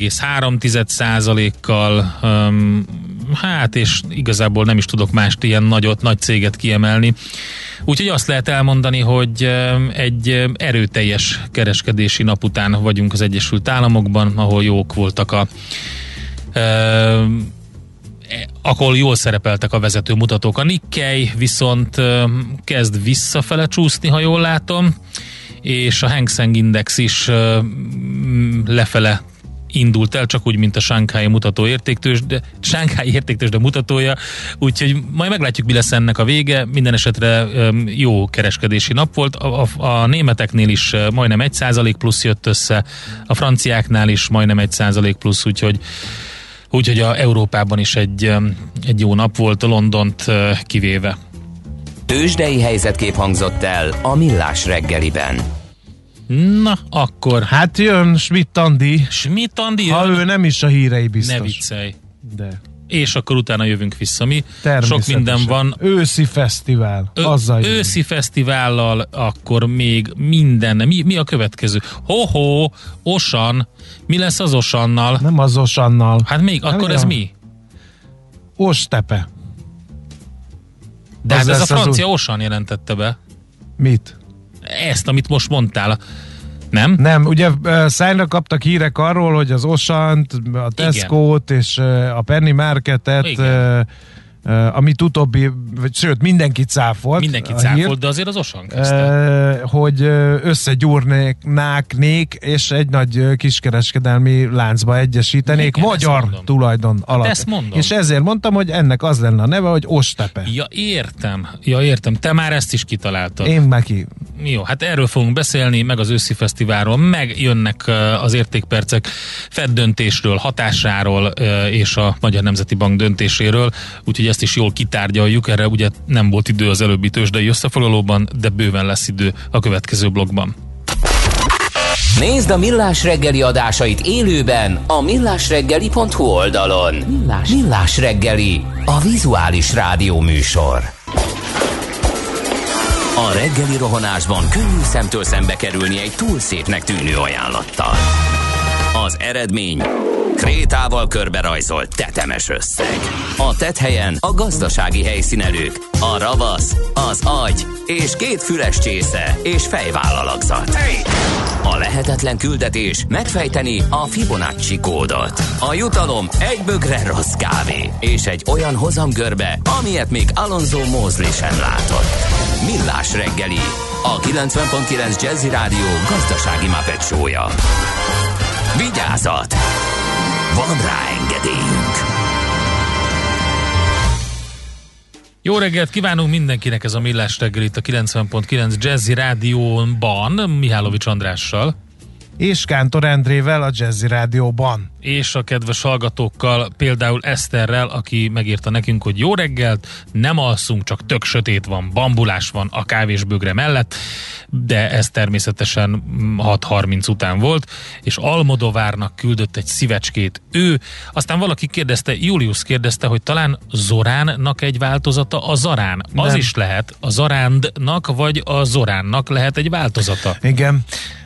Speaker 5: 1,3%-kal, hát és igazából nem is tudok mást ilyen nagy céget kiemelni. Úgyhogy azt lehet elmondani, hogy egy erőteljes kereskedési nap után vagyunk az Egyesült Államokban, ahol jók voltak ahol jól szerepeltek a vezető mutatók. A Nikkei viszont kezd visszafele csúszni, ha jól látom, és a Hang Seng Index is lefele indult el, csak úgy, mint a Shanghai értéktőzsde mutatója, úgyhogy majd meglátjuk, mi lesz ennek a vége. Minden esetre jó kereskedési nap volt. A németeknél is majdnem 1% plusz jött össze, a franciáknál is majdnem 1% plusz, úgyhogy a Európában is egy jó nap volt, Londont kivéve.
Speaker 1: Tőzsdei helyzetkép hangzott el a Millás reggeliben.
Speaker 5: Na, akkor...
Speaker 4: Hát jön Schmidt-Andi.
Speaker 5: Schmidt-Andi
Speaker 4: ha
Speaker 5: jön?
Speaker 4: ő nem is a hírei biztos.
Speaker 5: Ne viccelj.
Speaker 4: De.
Speaker 5: És akkor utána jövünk vissza. Sok minden van.
Speaker 4: Őszi fesztivál.
Speaker 5: Őszi fesztivállal, akkor még minden. Mi a következő? Osan. Mi lesz az Osannal?
Speaker 4: Nem az Osannal.
Speaker 5: Hát még, akkor ez mi?
Speaker 4: Ostepe.
Speaker 5: De hát ez a francia Osan jelentette be.
Speaker 4: Mit?
Speaker 5: Ezt, amit most mondtál. Nem?
Speaker 4: Nem, ugye szájra kaptak hírek arról, hogy az Osant, a Tesco-t és a Penny Marketet, amit utóbbi, vagy sőt, mindenkit cáfolt.
Speaker 5: Mindenkit cáfolt, de azért az Osan kezdte.
Speaker 4: Hogy összegyúrnék, és egy nagy kiskereskedelmi láncba egyesítenék, igen, magyar tulajdon alatt.
Speaker 5: Ezt mondom.
Speaker 4: És ezért mondtam, hogy ennek az lenne a neve, hogy Ostepe.
Speaker 5: Ja, értem. Te már ezt is kitaláltad.
Speaker 4: Én neki.
Speaker 5: Jó, hát erről fogunk beszélni, meg az őszi fesztiválról, meg jönnek az értékpercek Fed döntésről, hatásáról és a Magyar Nemzeti Bank döntéséről, úgyhogy ezt is jól kitárgyaljuk, erre ugye nem volt idő az előbbi tőzsdei összefoglalóban, de bőven lesz idő a következő blogban.
Speaker 1: Nézd a Millás reggeli adásait élőben a millásreggeli.hu oldalon. Millás reggeli, a vizuális rádió műsor. A reggeli rohanásban könnyű szemtől szembe kerülni egy túl szépnek tűnő ajánlattal. Az eredmény krétával körberajzolt tetemes összeg. A tetthelyen a gazdasági helyszínelők, a ravasz, az agy és 2 füles csésze és fejvállalakzat. A lehetetlen küldetés megfejteni a Fibonacci kódot. A jutalom egy bögre rossz kávé és egy olyan hozamgörbe, amilyet még Alonso Mosley sem látott. Millás reggeli, a 90.9 Jazzy Rádió gazdasági Muppet show-ja. Vigyázat! Van rá engedélyünk!
Speaker 5: Jó reggelt kívánunk mindenkinek, ez a Millás reggel itt a 90.9 Jazzy Rádióban, Mihálovics Andrással.
Speaker 4: és Kántor Endrével a Jazzy Rádióban.
Speaker 5: És a kedves hallgatókkal, például Eszterrel, aki megírta nekünk, hogy jó reggelt, nem alszunk, csak tök sötét van, bambulás van a kávésbögre mellett, de ez természetesen 6:30 után volt, és Almodovárnak küldött egy szívecskét ő. Aztán valaki kérdezte, Julius kérdezte, hogy talán Zoránnak egy változata a Zarán. Az
Speaker 4: Nem.
Speaker 5: is lehet, a Zarándnak vagy a Zoránnak lehet egy változata.
Speaker 4: Igen.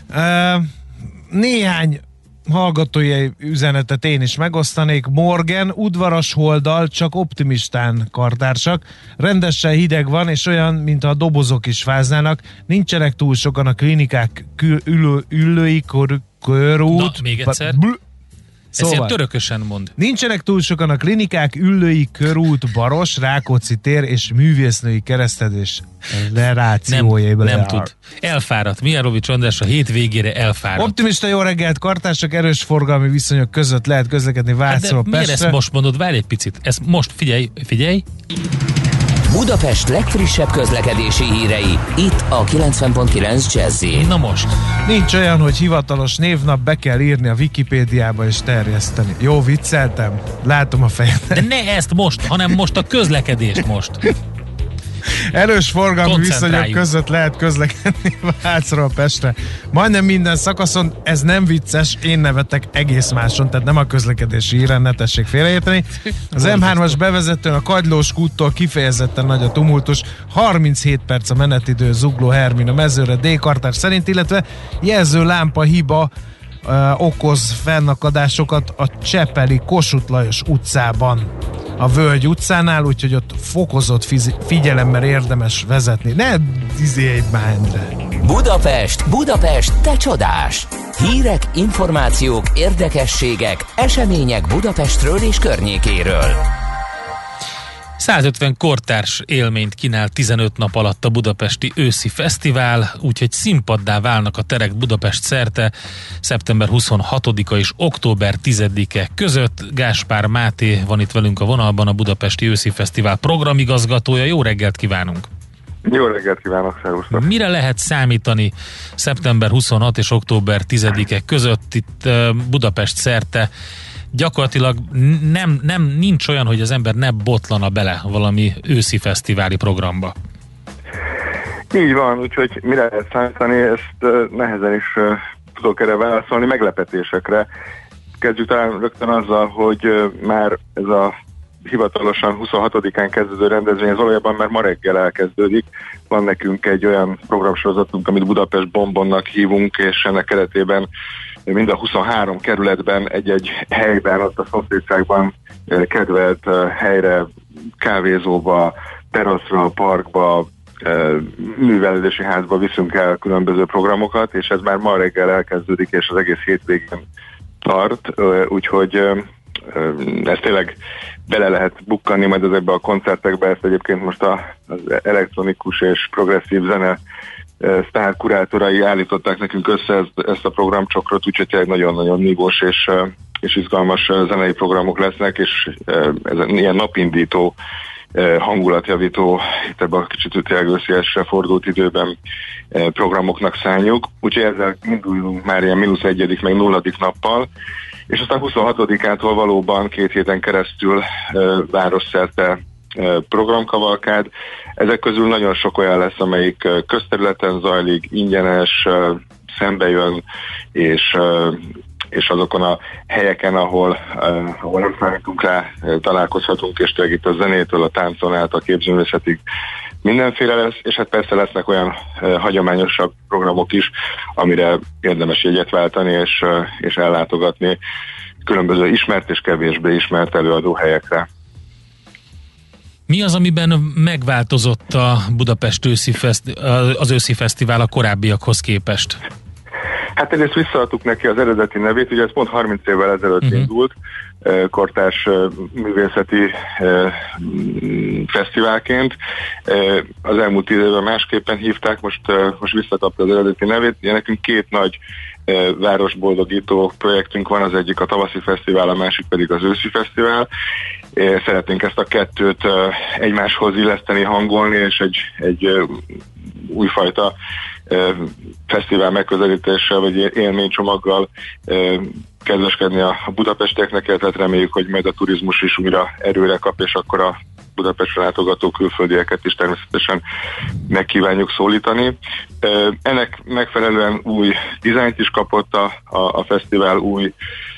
Speaker 4: Néhány hallgatói üzenetet én is megosztanék. Morgan, udvaras holdal, csak optimistán kartársak. Rendesen hideg van, és olyan, mintha a dobozok is fáznának. Nincsenek túl sokan a klinikák üllői körút.
Speaker 5: Na, még egyszer. Ezt ilyen törökösen mond.
Speaker 4: Nincsenek túl sokan a klinikák, Üllői körút, Baros, Rákóczi tér és művésznői keresztedés lerációjében.
Speaker 5: Nem tud. Elfáradt. Mihálovics András a hétvégére elfáradt.
Speaker 4: Optimista jó reggelt, kartársak, erős forgalmi viszonyok között lehet közlekedni Vácról Pestre.
Speaker 5: Miért ezt most mondod? Várj egy picit. Ezt most figyelj.
Speaker 1: Budapest legfrissebb közlekedési hírei, itt a 90.9 Jazzy.
Speaker 5: Na most.
Speaker 4: Nincs olyan, hogy hivatalos névnap, be kell írni a Wikipédiába és terjeszteni. Jó, vicceltem? Látom a fejed.
Speaker 5: De ne ezt most, hanem most a közlekedést most.
Speaker 4: Erős forgalmi viszonyok között lehet közlekedni Vácról Pestre. Majdnem minden szakaszon, ez nem vicces, én nevetek egész máson, tehát nem a közlekedési híren, ne tessék félreérteni. Az M3-as bevezetőn a Kagylós kúttól kifejezetten nagy a tumultus, 37 perc a menetidő Zugló Hermina mezőre D-kartár szerint, illetve jelzőlámpa hiba okoz fennakadásokat a Csepeli Kossuth Lajos utcában, a Völgy utcánál, úgyhogy ott fokozott figyelemmel érdemes vezetni. Ne izélj már, Endre!
Speaker 1: Budapest, te csodás! Hírek, információk, érdekességek, események Budapestről és környékéről.
Speaker 5: 150 kortárs élményt kínál 15 nap alatt a budapesti őszi fesztivál, úgyhogy színpaddá válnak a terek Budapest szerte szeptember 26-a és október 10-e között. Gáspár Máté van itt velünk a vonalban, a Budapesti Őszi Fesztivál programigazgatója. Jó reggelt kívánunk!
Speaker 6: Jó reggelt kívánok, szervusztok! Mire
Speaker 5: lehet számítani szeptember 26 és október 10-e között itt Budapest szerte? Gyakorlatilag nincs olyan, hogy az ember ne botlana bele valami őszi fesztiváli programba.
Speaker 6: Így van, úgyhogy mire lehet számítani, ezt nehezen is tudok erre válaszolni, meglepetésekre. Kezdjük talán rögtön azzal, hogy már ez a hivatalosan 26-án kezdődő rendezvény, ez valójában már ma reggel elkezdődik. Van nekünk egy olyan programsorozatunk, amit Budapest Bonbonnak hívunk, és ennek keretében mind a 23 kerületben egy-egy helyben, ott a szomszédságban kedvelt helyre, kávézóba, teraszra, parkba, művelődési házba viszünk el különböző programokat, és ez már ma reggel elkezdődik, és az egész hétvégén tart, úgyhogy ezt tényleg bele lehet bukkanni majd ezekbe a koncertekbe, ezt egyébként most az elektronikus és progresszív zene sztárkurátorai állították nekünk össze ezt a programcsokrot, úgyhogy tényleg nagyon-nagyon nívós és izgalmas zenei programok lesznek, és ez ilyen napindító, hangulatjavító, itt ebben a kicsit tényleg ősziesre fordult időben programoknak szánjuk, úgyhogy ezzel induljunk már ilyen -1. meg 0. nappal, és aztán 26-ától valóban 2 héten keresztül városszerte programkavalkád. Ezek közül nagyon sok olyan lesz, amelyik közterületen zajlik, ingyenes, szembe jön, és azokon a helyeken, ahol nem számítunk rá, találkozhatunk, és tényleg itt a zenétől, a táncon át, a képzőművészetig mindenféle lesz, és hát persze lesznek olyan hagyományosabb programok is, amire érdemes jegyet váltani, és ellátogatni különböző ismert és kevésbé ismert előadóhelyekre.
Speaker 5: Mi az, amiben megváltozott a Budapest az őszi fesztivál a korábbiakhoz képest?
Speaker 6: Hát egyrészt visszaadtuk neki az eredeti nevét, ugye ez pont 30 évvel ezelőtt indult, kortárs művészeti fesztiválként. Az elmúlt 10 évben másképpen hívták, most visszakapta az eredeti nevét. Ugye nekünk 2 nagy városboldogító projektünk van, az egyik a tavaszi fesztivál, a másik pedig az őszi fesztivál. Szeretnénk ezt a kettőt egymáshoz illeszteni, hangolni, és egy újfajta fesztivál megközelítéssel, vagy élménycsomaggal kedveskedni a budapestieknek, tehát reméljük, hogy majd a turizmus is újra erőre kap, és akkor a Budapestre látogató külföldieket is természetesen megkívánjuk szólítani. Ennek megfelelően új dizájnt is kapott a fesztivál, új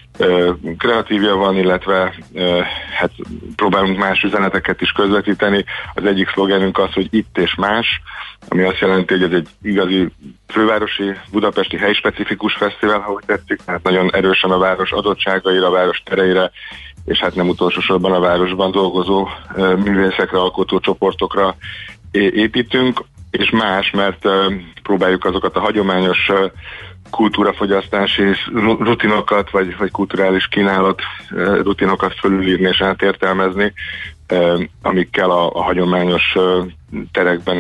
Speaker 6: kreatívja van, illetve hát próbálunk más üzeneteket is közvetíteni. Az egyik szlogenünk az, hogy itt és más, ami azt jelenti, hogy ez egy igazi fővárosi, budapesti helyspecifikus fesztivál, ha úgy tetszik, tehát nagyon erősen a város adottságaira, a város tereire, és hát nem utolsó sorban a városban dolgozó művészekre, alkotó csoportokra építünk, és más, mert próbáljuk azokat a hagyományos kultúrafogyasztási rutinokat, vagy kulturális kínálat rutinokat fölülírni és átértelmezni, amikkel a hagyományos terekben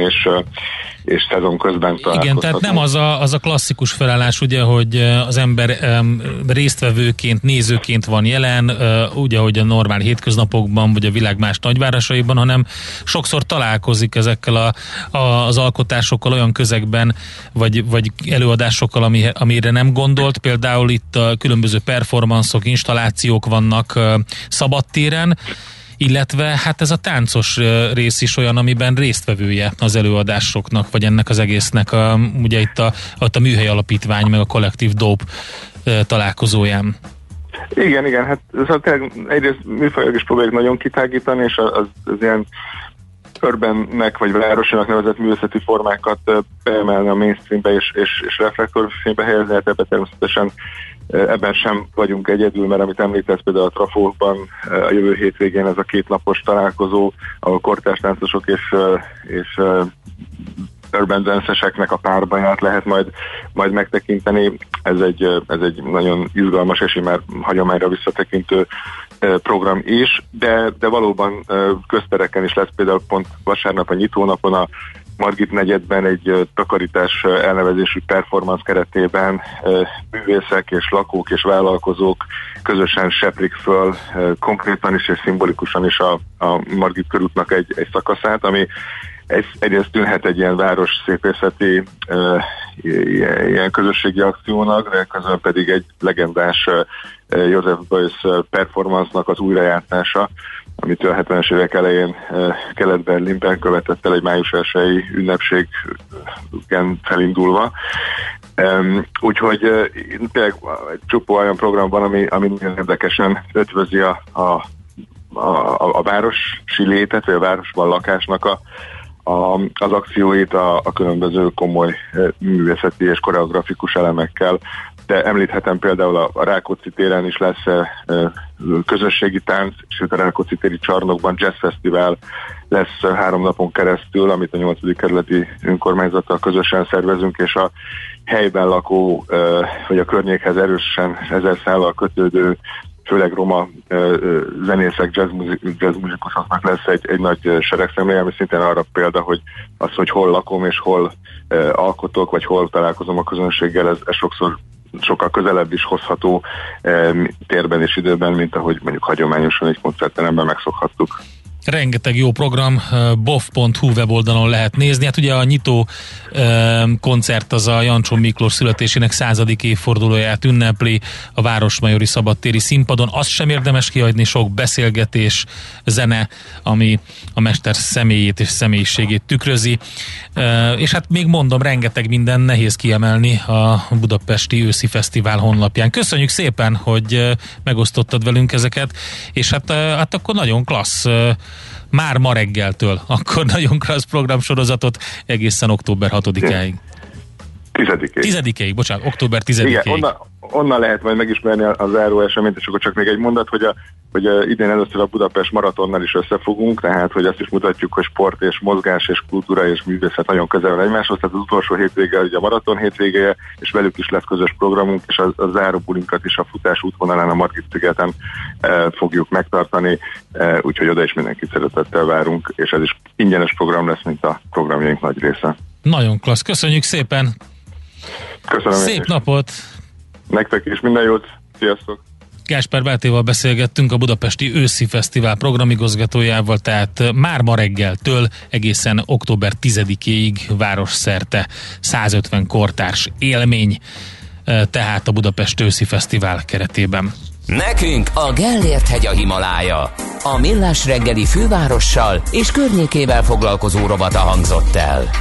Speaker 6: és szezon közben találkozhatunk.
Speaker 5: Igen, tehát nem az a klasszikus felállás, ugye, hogy az ember résztvevőként, nézőként van jelen, ugye, hogy a normál hétköznapokban, vagy a világ más nagyvárosaiban, hanem sokszor találkozik ezekkel az alkotásokkal olyan közegben, vagy előadásokkal, amire nem gondolt. Például itt a különböző performanszok, installációk vannak szabadtéren, illetve hát ez a táncos rész is olyan, amiben résztvevője az előadásoknak, vagy ennek az egésznek, ugye itt a Műhely Alapítvány, meg a Kollektív Dope találkozóján.
Speaker 6: Igen, hát tényleg egyrészt műfajok is próbáljuk nagyon kitágítani, és az ilyen urbannek vagy városinak nevezett művészeti formákat beemelni a mainstreambe és reflektorfénybe helyezni, hát ebben természetesen ebben sem vagyunk egyedül, mert amit említesz, például a Trafóban a jövő hétvégén ez a 2 napos találkozó, ahol kortárs táncosok és urban danceseknek a párbaját lehet majd megtekinteni. Ez egy nagyon izgalmas és már hagyományra visszatekintő program is, de valóban köztereken is lesz, például pont vasárnap a nyitónapon a Margit negyedben egy takarítás elnevezésű performance keretében művészek és lakók és vállalkozók közösen seprik föl konkrétan is és szimbolikusan is a Margit körútnak egy szakaszát, ami egyrészt tűnhet egy ilyen város szépészeti ilyen közösségi akciónak, de közben pedig egy legendás József Beuys performance-nak az újrajátszása, amit a 70-es évek elején Kelet-Berlinben követett el egy május 1-i ünnepségen felindulva. Úgyhogy tényleg egy csupó olyan program van, ami nagyon érdekesen ötvözi a városi létet, vagy a városban lakásnak az akcióit a különböző komoly művészeti és koreografikus elemekkel. De említhetem például a Rákóczi téren is lesz közösségi tánc, és a Rákóczi téri csarnokban jazz fesztivál lesz 3 napon keresztül, amit a 8. kerületi önkormányzattal közösen szervezünk, és a helyben lakó, vagy a környékhez erősen 1000 szállal kötődő, főleg roma zenészek, jazzmuzikusoknak lesz egy nagy seregszemléje, ami szintén arra példa, hogy az, hogy hol lakom és hol alkotok, vagy hol találkozom a közönséggel, ez sokszor sokkal közelebb is hozható térben és időben, mint ahogy mondjuk hagyományosan egy koncertteremben megszokhattuk.
Speaker 5: Rengeteg jó program, bof.hu weboldalon lehet nézni. Hát ugye a nyitó koncert az a Jancsó Miklós születésének 100. évfordulóját ünnepli a Városmajori Szabadtéri színpadon. Azt sem érdemes kihagyni, sok beszélgetés, zene, ami a mester személyét és személyiségét tükrözi. És hát még mondom, rengeteg minden nehéz kiemelni a Budapesti Őszi Fesztivál honlapján. Köszönjük szépen, hogy megosztottad velünk ezeket, és hát akkor nagyon klassz, már ma reggeltől, akkor nagyon klassz programsorozatot egészen október 6-áig. 10-ig, bocsánat, október 10-ig.
Speaker 6: Igen, onnan lehet majd megismerni a záró eseményt, és akkor csak még egy mondat, hogy idén először a Budapest maratonnal is összefogunk, tehát hogy azt is mutatjuk, hogy sport és mozgás és kultúra és művészet nagyon közel van egymáshoz, tehát az utolsó hétvége ugye a maraton hétvégeje, és velük is lesz közös programunk, és a záró bulinkat is a futás útvonalán a Margit-szigeten fogjuk megtartani, úgyhogy oda is mindenkit szeretettel várunk, és ez is ingyenes program lesz, mint a programjaink nagy része.
Speaker 5: Nagyon klassz, köszönjük szépen!
Speaker 6: Köszönöm.
Speaker 5: Szép napot!
Speaker 6: Nektek is minden jót, sziasztok!
Speaker 5: Gáspár Bátéval beszélgettünk, a Budapesti Őszi Fesztivál programigazgatójával, tehát már ma reggeltől egészen október 10-ig városszerte 150 kortárs élmény, tehát a Budapest Őszi Fesztivál keretében.
Speaker 1: Nekünk a Gellért-hegy a Himalája. A Millás reggeli fővárossal és környékével foglalkozó rovata hangzott el.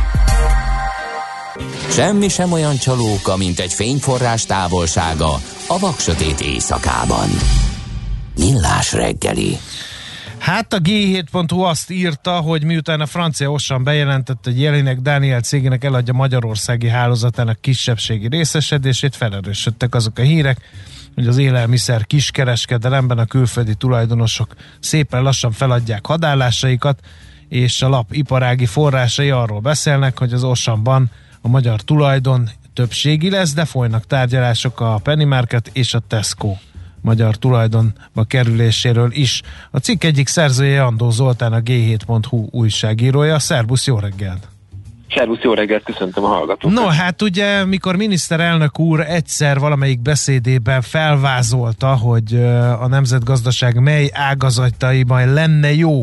Speaker 1: Semmi sem olyan csalóka, mint egy fényforrás távolsága a vaksötét éjszakában. Millás reggeli.
Speaker 4: Hát a G7.hu azt írta, hogy miután a francia Auchan bejelentette, hogy Jelinek Dániel cégének eladja magyarországi hálózatának kisebbségi részesedését, felerősödtek azok a hírek, hogy az élelmiszer kiskereskedelemben a külföldi tulajdonosok szépen lassan feladják hadállásaikat, és a lap iparági forrásai arról beszélnek, hogy az Auchanban a magyar tulajdon többségi lesz, de folynak tárgyalások a Penny Market és a Tesco magyar tulajdonba kerüléséről is. A cikk egyik szerzője Andó Zoltán, a G7.hu újságírója. Szerbusz, jó reggelt!
Speaker 7: Szervusz, jó reggelt, köszöntöm a hallgatókat.
Speaker 4: No, hát ugye, mikor miniszterelnök úr egyszer valamelyik beszédében felvázolta, hogy a nemzetgazdaság mely ágazataiban lenne jó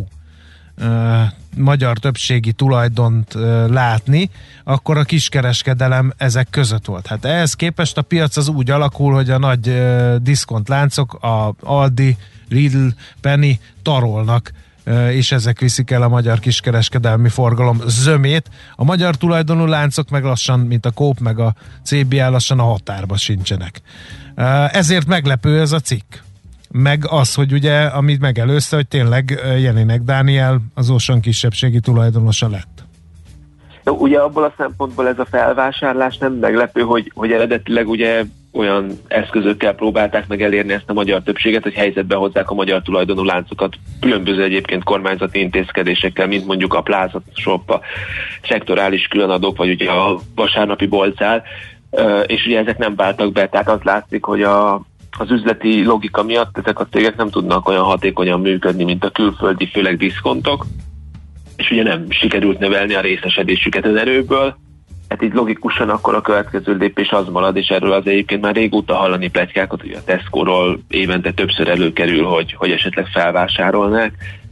Speaker 4: magyar többségi tulajdont látni, akkor a kiskereskedelem ezek között volt. Hát ehhez képest a piac az úgy alakul, hogy a nagy diszkontláncok, a Aldi, Lidl, Penny tarolnak, és ezek viszik el a magyar kiskereskedelmi forgalom zömét. A magyar tulajdonú láncok meg lassan, mint a Coop, meg a CBA lassan a határba sincsenek. Ezért meglepő ez a cikk. Meg az, hogy ugye, amit megelőzte, hogy tényleg Jelinek Dániel az Auchan kisebbségi tulajdonosa lett.
Speaker 7: Ugye abból a szempontból ez a felvásárlás nem meglepő, hogy eredetileg ugye olyan eszközökkel próbálták meg elérni ezt a magyar többséget, hogy helyzetbe hozzák a magyar tulajdonú láncokat különböző egyébként kormányzati intézkedésekkel, mint mondjuk a Plaza Shop, a szektorális különadók, vagy ugye a vasárnapi boltszál, és ugye ezek nem váltak be, tehát az látszik, hogy az üzleti logika miatt ezek a cégek nem tudnak olyan hatékonyan működni, mint a külföldi, főleg diszkontok, és ugye nem sikerült növelni a részesedésüket az erőből. Hát így logikusan akkor a következő lépés az marad, és erről az egyébként már régóta hallani pletykákat, hogy a Tesco-ról évente többször előkerül, hogy esetleg felvásárolnák,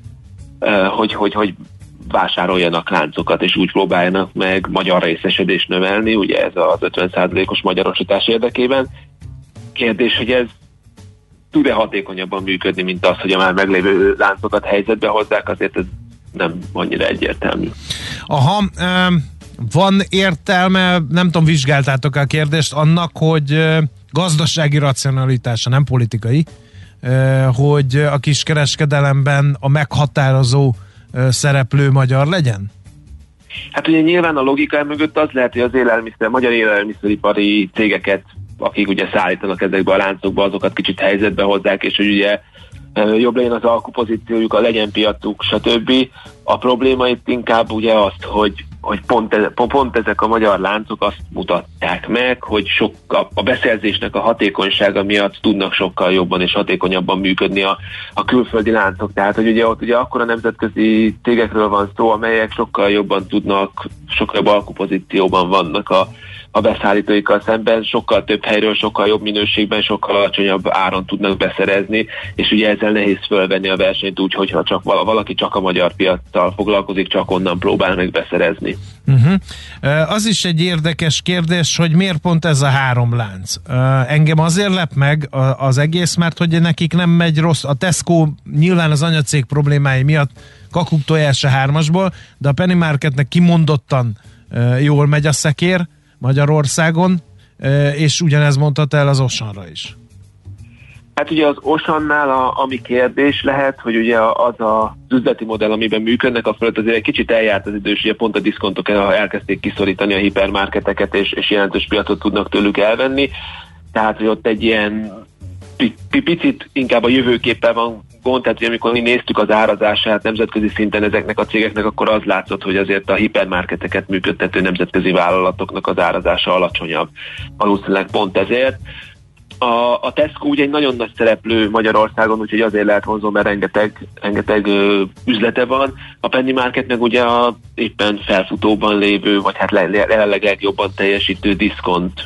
Speaker 7: hogy vásároljanak láncokat, és úgy próbáljanak meg magyar részesedést növelni, ugye ez az 50%-os magyarosítás érdekében. Kérdés, hogy ez tud-e hatékonyabban működni, mint az, hogy a már meglévő láncokat helyzetbe hozzák, azért ez nem annyira egyértelmű.
Speaker 4: Aha, van értelme, nem tudom, vizsgáltátok a kérdést, annak, hogy gazdasági racionalitása, nem politikai, hogy a kiskereskedelemben a meghatározó szereplő magyar legyen?
Speaker 7: Hát ugye nyilván a logika mögött az lehet, hogy az magyar élelmiszeripari cégeket, akik ugye szállítanak ezekbe a láncokba, azokat kicsit helyzetbe hozzák, és hogy ugye jobb legyen az alkupozíciójuk, a legyen piacuk, stb. A probléma itt inkább ugye azt, hogy pont ezek a magyar láncok azt mutatják meg, hogy a beszerzésnek a hatékonysága miatt tudnak sokkal jobban és hatékonyabban működni a külföldi láncok. Tehát, hogy ugye ott ugye akkora nemzetközi cégekről van szó, amelyek sokkal jobban tudnak, sokkal jobb alkupozícióban vannak a beszállítóikkal szemben, sokkal több helyről, sokkal jobb minőségben, sokkal alacsonyabb áron tudnak beszerezni, és ugye ezzel nehéz fölvenni a versenyt úgy, hogyha csak valaki csak a magyar piaccal foglalkozik, csak onnan próbál meg beszerezni.
Speaker 4: Az is egy érdekes kérdés, hogy miért pont ez a három lánc. Engem azért lep meg az egész, mert hogy nekik nem megy rossz. A Tesco nyilván az anyacég problémái miatt kakuk tojás a hármasból, de a Penny Marketnek kimondottan jól megy a szekér Magyarországon, és ugyanez mondhat el az Auchanra is.
Speaker 7: Hát ugye az Auchannál ami kérdés lehet, hogy ugye az üzleti modell, amiben működnek a fölött, azért egy kicsit eljárt az idő, és ugye pont a diszkontok elkezdték kiszorítani a hipermarketeket, és jelentős piacot tudnak tőlük elvenni. Tehát, hogy ott egy ilyen picit inkább a jövőképpel van gond, tehát hogy amikor mi néztük az árazását nemzetközi szinten ezeknek a cégeknek, akkor az látszott, hogy azért a hipermarketeket működtető nemzetközi vállalatoknak az árazása alacsonyabb. Valószínűleg pont ezért. A Tesco ugye egy nagyon nagy szereplő Magyarországon, úgyhogy azért lehet vonzó, mert rengeteg üzlete van. A Penny Market meg ugye éppen felfutóban lévő, vagy hát jelenleg legjobban teljesítő diszkont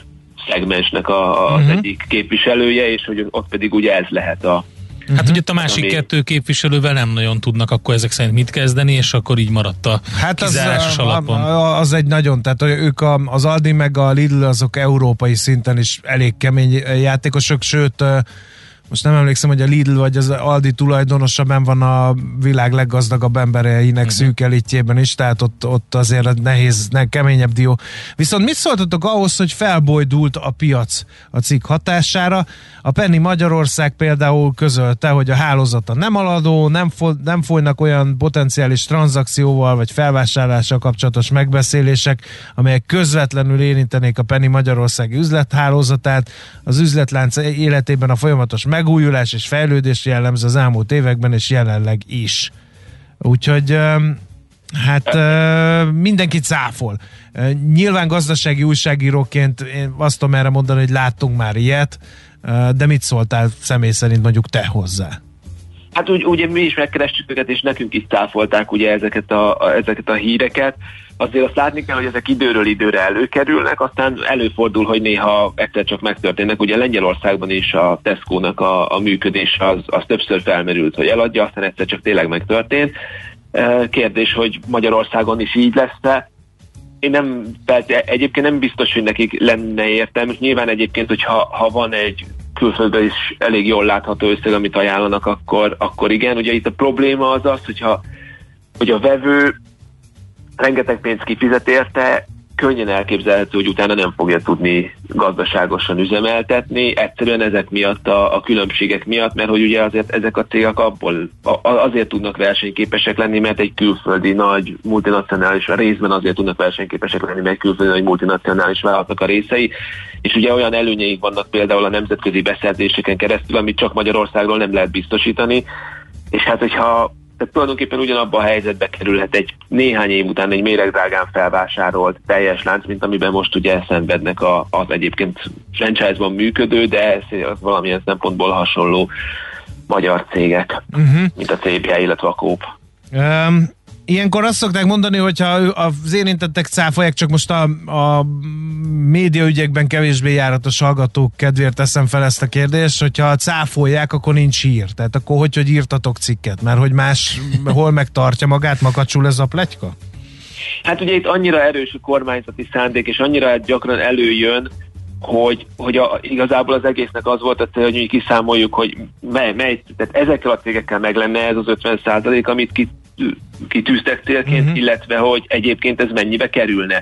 Speaker 7: szegmensnek az egyik képviselője, és hogy ott pedig ugye ez lehet a...
Speaker 5: Hát ugye a másik kettő képviselővel nem nagyon tudnak akkor ezek szerint mit kezdeni, és akkor így maradt a kizárásos alapon.
Speaker 4: Az egy nagyon, tehát ők az Aldi meg a Lidl azok európai szinten is elég kemény játékosok, sőt most nem emlékszem, hogy a Lidl vagy az Aldi tulajdonosa benn van a világ leggazdagabb embereinek szűk elitjében is, tehát ott azért nehéz, keményebb dió. Viszont mit szóltatok ahhoz, hogy felbojdult a piac a cikk hatására? A Penny Magyarország például közölte, hogy a hálózata nem haladó, nem folynak olyan potenciális tranzakcióval vagy felvásárlással kapcsolatos megbeszélések, amelyek közvetlenül érintenék a Penny Magyarországi üzlethálózatát. Az üzletlánc életében a folyamatos megújulás és fejlődés jellemző az elmúlt években, és jelenleg is. Úgyhogy hát mindenkit cáfol. Nyilván gazdasági újságíróként én azt tudom erre mondani, hogy láttunk már ilyet, de mit szóltál személy szerint mondjuk te hozzá?
Speaker 7: Hát ugye mi is megkerestjük őket, és nekünk is cáfolták ugye ezeket a híreket. Azért azt látni kell, hogy ezek időről időre előkerülnek, aztán előfordul, hogy néha egyszer csak megtörténnek. Ugye Lengyelországban is a Tesco-nak a működés az többször felmerült, hogy eladja, aztán egyszer csak tényleg megtörtént. Kérdés, hogy Magyarországon is így lesz-e. Egyébként nem biztos, hogy nekik lenne értelmű. Nyilván egyébként, hogyha van egy külföldön is elég jól látható összeg, amit ajánlanak, akkor igen. Ugye itt a probléma az, hogy a vevő rengeteg pénzt kifizet érte, könnyen elképzelhető, hogy utána nem fogja tudni gazdaságosan üzemeltetni, egyszerűen ezek miatt a különbségek miatt, mert hogy ugye azért ezek a cégek azért tudnak versenyképesek lenni, mert egy külföldi nagy multinacionális, részben azért tudnak versenyképesek lenni, mert egy külföldi nagy multinacionális vállalatnak a részei, és ugye olyan előnyeik vannak például a nemzetközi beszerzéseken keresztül, amit csak Magyarországról nem lehet biztosítani, és hát tehát tulajdonképpen ugyanabban a helyzetbe kerülhet egy néhány év után egy méregdrágán felvásárolt teljes lánc, mint amiben most ugye szenvednek az egyébként franchise-ban működő, de valamilyen szempontból hasonló magyar cégek, mint a CBA, illetve a Coop.
Speaker 4: Ilyenkor azt szokták mondani, hogyha az érintettek cáfolják, csak most a médiaügyekben kevésbé járatos hallgatók kedvéért teszem fel ezt a kérdést, hogyha cáfolják, akkor nincs hír. Tehát akkor hogy írtatok cikket? Mert hogy más hol megtartja magát, makacsul ez a pletyka?
Speaker 7: Hát ugye itt annyira erős a kormányzati szándék, és annyira gyakran előjön, hogy igazából az egésznek az volt a cél, hogy mi kiszámoljuk, hogy tehát ezekkel a cégekkel meg lenne ez az 50%, amit kitűztek célként, illetve hogy egyébként ez mennyibe kerülne.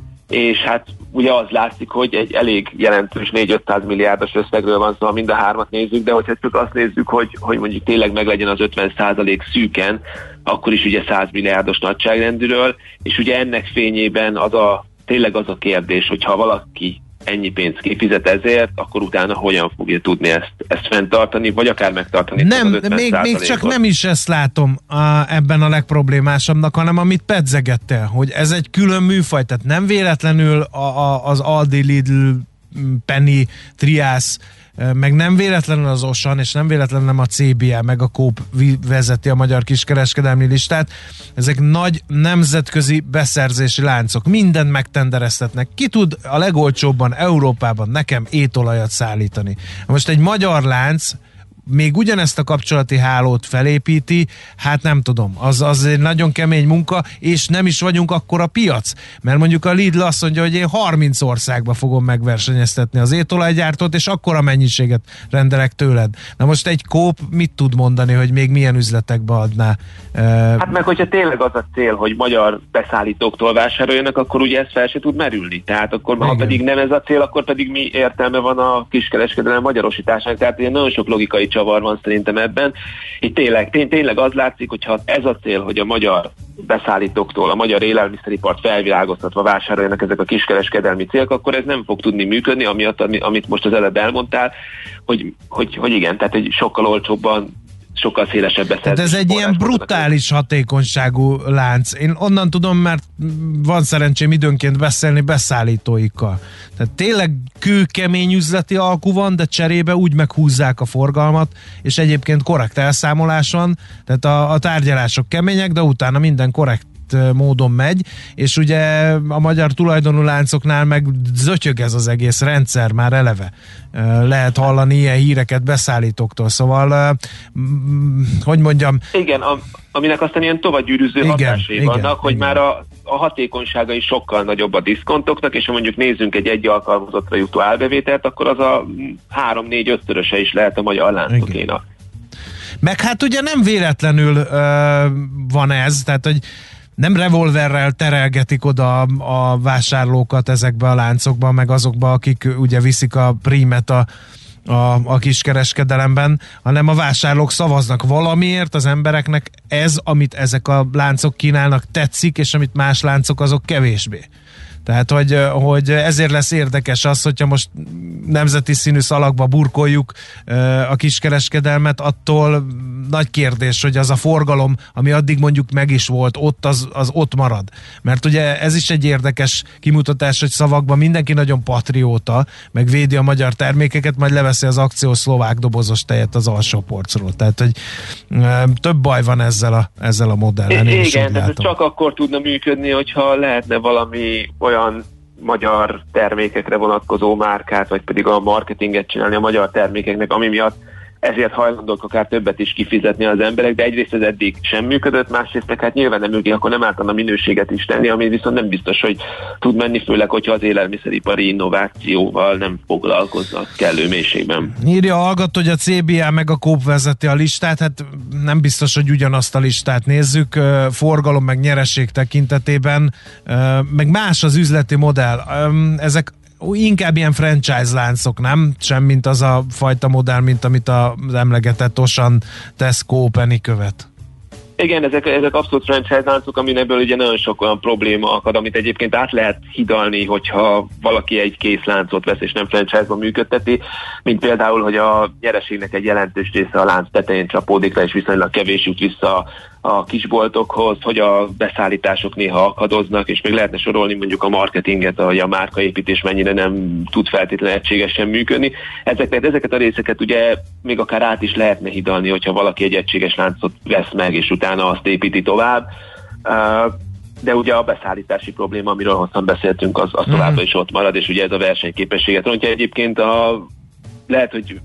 Speaker 7: És hát ugye az látszik, hogy egy elég jelentős 4-500 milliárdos összegről van szó, ha mind a hármat nézzük, de hogyha csak azt nézzük, hogy mondjuk tényleg meglegyen az 50% szűken, akkor is ugye 100 milliárdos nagyságrendűről, és ugye ennek fényében tényleg az a kérdés, hogyha valaki ennyi pénzt kifizet ezért, akkor utána hogyan fogja tudni ezt fenntartani, vagy akár megtartani.
Speaker 4: Nem, még csak nem is ezt látom ebben a legproblémásabbnak, hanem amit pedzegettél, hogy ez egy külön műfaj, tehát nem véletlenül az Aldi, Lidl, Penny, Triász, meg nem véletlenül az Osan, és nem véletlenül nem a CBA, meg a Coop vezeti a magyar kiskereskedelmi listát. Ezek nagy nemzetközi beszerzési láncok. Mindent megtendereztetnek. Ki tud a legolcsóbban Európában nekem étolajat szállítani? Most egy magyar lánc még ugyanezt a kapcsolati hálót felépíti, hát nem tudom, az egy nagyon kemény munka, és nem is vagyunk akkora piac, mert mondjuk a Lidl azt mondja, hogy én 30 országba fogom megversenyeztetni az étolajgyártót, és akkora mennyiséget rendelek tőled. Na most egy Coop mit tud mondani, hogy még milyen üzletekbe adná?
Speaker 7: Hát meg hogyha tényleg az a cél, hogy magyar beszállítóktól vásároljanak, akkor ugye ez fel se tud merülni. Tehát akkor, ha pedig nem ez a cél, akkor pedig mi értelme van a kiskereskedelem magyarosításának. Tehát ugye nagyon sok logikai csavar van szerintem ebben. Itt tényleg az látszik, hogyha ez a cél, hogy a magyar beszállítóktól, a magyar élelmiszeripart felvilágoztatva vásároljanak ezek a kiskereskedelmi célok, akkor ez nem fog tudni működni, amit most az előbb elmondtál, hogy igen, tehát egy sokkal olcsóbban, sokkal szélesebb beszerzés.
Speaker 4: Ez egy ilyen brutális hatékonyságú lánc. Én onnan tudom, mert van szerencsém időnként beszélni beszállítóikkal. Tehát tényleg kőkemény üzleti alkú van, de cserébe úgy meghúzzák a forgalmat, és egyébként korrekt elszámolás van, tehát a tárgyalások kemények, de utána minden korrekt módon megy, és ugye a magyar tulajdonú láncoknál meg zötyög ez az egész rendszer már eleve. Lehet hallani ilyen híreket beszállítóktól, szóval hogy mondjam...
Speaker 7: Igen, aminek aztán ilyen tovagyűrűző hatásai vannak, hogy már a hatékonysága is sokkal nagyobb a diszkontoknak, és ha mondjuk nézzünk egy alkalmazottra jutó árbevételt, akkor az a 3-4-5-szöröse is lehet a magyar láncokénak.
Speaker 4: Meg hát ugye nem véletlenül van ez, tehát hogy nem revolverrel terelgetik oda a vásárlókat ezekbe a láncokba, meg azokba, akik ugye viszik a prímet a kiskereskedelemben, hanem a vásárlók szavaznak valamiért, az embereknek ez, amit ezek a láncok kínálnak, tetszik, és amit más láncok, azok kevésbé. Tehát, hogy ezért lesz érdekes az, hogyha most nemzeti színű szalagba burkoljuk a kiskereskedelmet, attól nagy kérdés, hogy az a forgalom, ami addig mondjuk meg is volt, ott az ott marad. Mert ugye ez is egy érdekes kimutatás, hogy szavakban mindenki nagyon patrióta, meg védi a magyar termékeket, majd leveszi az akciós szlovák dobozos tejet az alsó polcról. Tehát, hogy több baj van ezzel a modellen.
Speaker 7: Igen, ez csak akkor tudna működni, hogyha lehetne valami olyan magyar termékekre vonatkozó márkát, vagy pedig a marketinget csinálni a magyar termékeknek, ami miatt ezért hajlandók akár többet is kifizetni az emberek, de egyrészt ez eddig sem működött, másrészt meg hát nyilván nem mögé, akkor nem általán a minőséget is tenni, ami viszont nem biztos, hogy tud menni, főleg, hogyha az élelmiszeripari innovációval nem foglalkoznak kellő mélységben.
Speaker 4: Írja a hallgató, hogy a CBA meg a Coop vezeti a listát, hát nem biztos, hogy ugyanazt a listát nézzük, forgalom meg nyereség tekintetében, meg más az üzleti modell. Ezek inkább ilyen franchise láncok, nem? Semmint az a fajta modell, mint amit az emlegetett Osan, Tesco, Penny követ.
Speaker 7: Igen, ezek abszolút franchise láncok, aminekből ugye nagyon sok olyan probléma akad, amit egyébként át lehet hidalni, hogyha valaki egy kész láncot vesz és nem franchise-ban működteti, mint például, hogy a nyereségnek egy jelentős része a lánc tetején csapódik le, és viszonylag kevés jut vissza a kisboltokhoz, hogy a beszállítások néha akadoznak, és még lehetne sorolni mondjuk a marketinget, hogy a márkaépítés mennyire nem tud feltétlenül egységesen működni. Ezeket a részeket ugye még akár át is lehetne hidalni, hogyha valaki egy egységes láncot vesz meg, és utána azt építi tovább. De ugye a beszállítási probléma, amiről hosszan beszéltünk, az továbbra is ott marad, és ugye ez a versenyképességet rontja. Egyébként lehet, hogy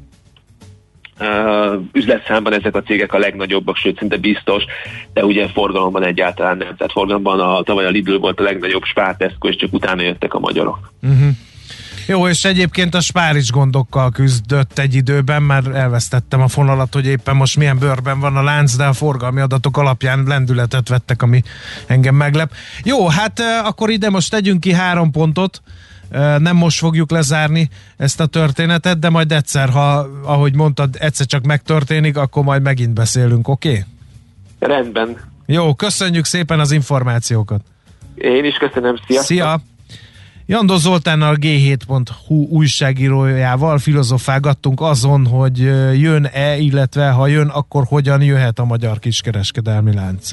Speaker 7: üzletszámban ezek a cégek a legnagyobbak, sőt szinte biztos, de ugye forgalomban egyáltalán nem. Tehát forgalomban tavaly a Lidl volt a legnagyobb, Spar, Tesco, és csak utána jöttek a magyarok.
Speaker 4: Jó, és egyébként a Spar is gondokkal küzdött egy időben, már elvesztettem a fonalat, hogy éppen most milyen bőrben van a lánc, de a forgalmi adatok alapján lendületet vettek, ami engem meglep. Jó, hát akkor ide most tegyünk ki 3 pontot, nem most fogjuk lezárni ezt a történetet, de majd egyszer, ha, ahogy mondtad, egyszer csak megtörténik, akkor majd megint beszélünk, oké?
Speaker 7: Rendben.
Speaker 4: Jó, köszönjük szépen az információkat.
Speaker 7: Én is köszönöm, sziasztok!
Speaker 4: Szia! Jandó Zoltánnal, a G7.hu újságírójával filozofálgattunk azon, hogy jön-e, illetve ha jön, akkor hogyan jöhet a magyar kiskereskedelmi lánc.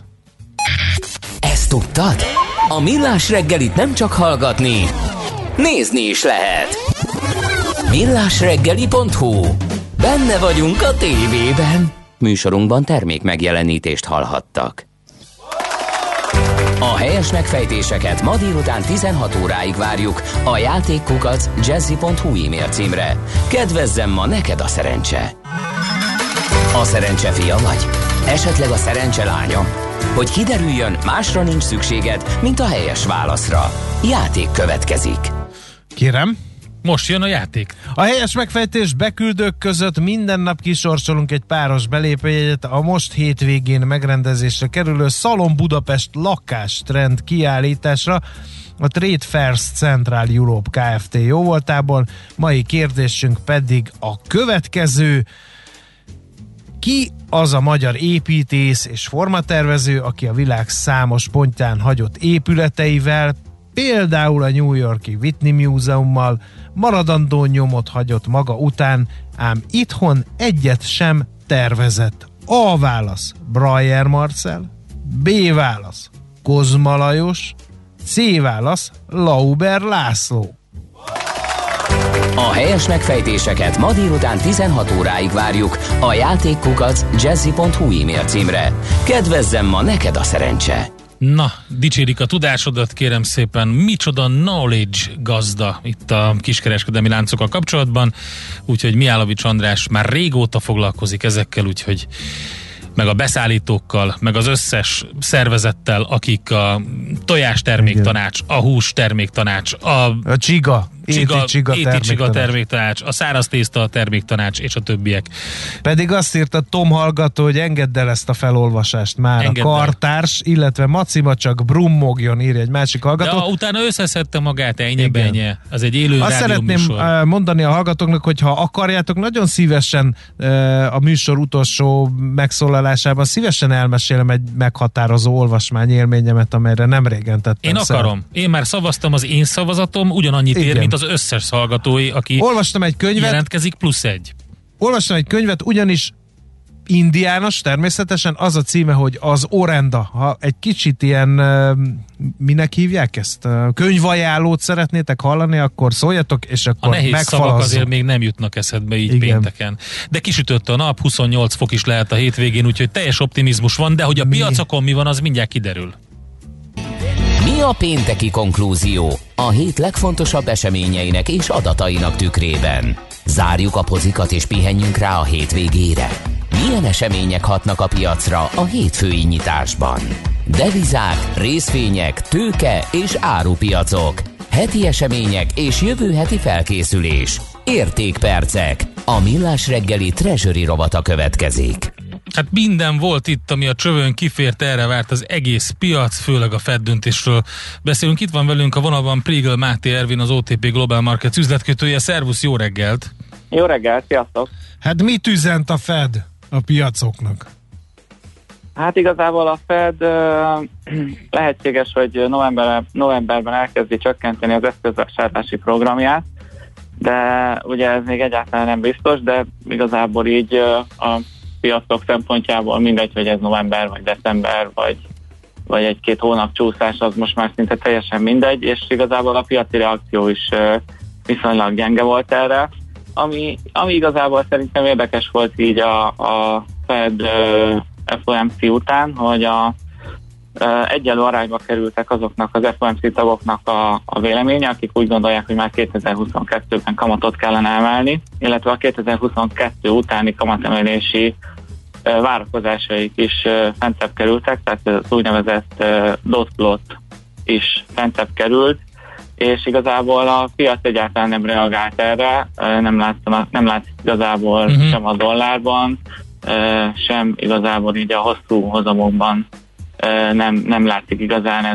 Speaker 1: Ezt tudtad? A Millás reggelit nem csak hallgatni, nézni is lehet. Millásreggeli.hu. Benne vagyunk a tévében. Műsorunkban termék megjelenítést hallhattak. A helyes megfejtéseket ma délután 16 óráig várjuk a játékkukac jazzy.hu e-mail címre. Kedvezzem ma neked a szerencse! A szerencse fia vagy? Esetleg a szerencse lánya? Hogy kiderüljön, másra nincs szükséged, mint a helyes válaszra. Játék következik.
Speaker 4: Kérem?
Speaker 5: Most jön a játék.
Speaker 4: A helyes megfejtés beküldők között minden nap kisorsolunk egy páros belépőjegyet a most hétvégén megrendezésre kerülő Salon Budapest lakástrend kiállításra a Trade Fairs Central Europe Kft. Jóvoltából. Mai kérdésünk pedig a következő. Ki az a magyar építész és formatervező, aki a világ számos pontján hagyott épületeivel, például a New York-i Whitney Múzeummal maradandó nyomot hagyott maga után, ám itthon egyet sem tervezett? A válasz Breyer Marcell, B válasz Kozma Lajos, C válasz Lauber László.
Speaker 1: A helyes megfejtéseket ma délután 16 óráig várjuk a játékkukac jazzy.hu e-mail címre. Kedvezzem ma neked a szerencse!
Speaker 5: Na, dicsérik a tudásodat, kérem szépen. Micsoda knowledge gazda itt a kiskereskedelmi láncokkal kapcsolatban, úgyhogy Mihálovics András már régóta foglalkozik ezekkel, úgyhogy meg a beszállítókkal, meg az összes szervezettel, akik a tojásterméktanács, a hústerméktanács, a
Speaker 4: csiga
Speaker 5: terméktanács, a száraz tészta terméktanács, és a többiek.
Speaker 4: Pedig azt írta Tom hallgató, hogy engedd el ezt a felolvasást már.
Speaker 5: Engedd
Speaker 4: a kartárs, illetve Macima csak brummogjon, írja egy másik hallgató.
Speaker 5: De utána összeszedte magát, ennyi-benye. Az egy élő
Speaker 4: azt
Speaker 5: rádió
Speaker 4: szeretném mondani a hallgatóknak, hogy ha akarjátok, nagyon szívesen a műsor utolsó megszólalásában szívesen elmesélem egy meghatározó olvasmányélményemet, amelyre nem régen tettem.
Speaker 5: Én akarom. Én már szavaztam, az én szavazatom ugyanannyit ér, mint az összes hallgatói, aki
Speaker 4: olvastam egy könyvet,
Speaker 5: jelentkezik, +1.
Speaker 4: Olvastam egy könyvet, ugyanis indiános, természetesen az a címe, hogy az Orenda. Ha egy kicsit ilyen, minek hívják ezt? Könyvajánlót szeretnétek hallani, akkor szóljatok, és akkor
Speaker 5: megfalazzuk. A nehéz szavak azért még nem jutnak eszedbe így pénteken. De kisütött a nap, 28 fok is lehet a hétvégén, úgyhogy teljes optimizmus van, de hogy a piacokon mi van, az mindjárt kiderül.
Speaker 1: Mi a pénteki konklúzió a hét legfontosabb eseményeinek és adatainak tükrében? Zárjuk a pozikat és pihenjünk rá a hétvégére. Milyen események hatnak a piacra a hétfői nyitásban? Devizák, részvények, tőke és árupiacok. Heti események és jövő heti felkészülés. Értékpercek. A Millás reggeli Treasury rovata következik.
Speaker 5: Hát minden volt itt, ami a csövön kifért, erre várt az egész piac, főleg a Fed döntésről beszélünk. Itt van velünk a vonalban Prigl Máté Ervin, az OTP Global Markets üzletkötője. Szervusz, jó reggelt!
Speaker 8: Jó reggelt, sziasztok!
Speaker 4: Hát mit üzent a Fed a piacoknak?
Speaker 8: Hát igazából a Fed lehetséges, hogy novemberben elkezdi csökkenteni az eszközvásárlási programját, de ugye ez még egyáltalán nem biztos, de igazából így a piacok szempontjából mindegy, hogy ez november, vagy december, vagy egy-két hónap csúszás, az most már szinte teljesen mindegy, és igazából a piaci reakció is viszonylag gyenge volt erre. Ami igazából szerintem érdekes volt így a Fed FOMC után, hogy egyenlő arányba kerültek azoknak az FOMC tagoknak a véleménye, akik úgy gondolják, hogy már 2022-ben kamatot kellene emelni, illetve a 2022 utáni kamatemelési várakozásaik is fentebb kerültek, tehát az úgynevezett dot plot is fentebb került, és igazából a piac egyáltalán nem reagált erre, nem látszik igazából sem a dollárban, sem igazából így a hosszú hozamokban nem látszik igazán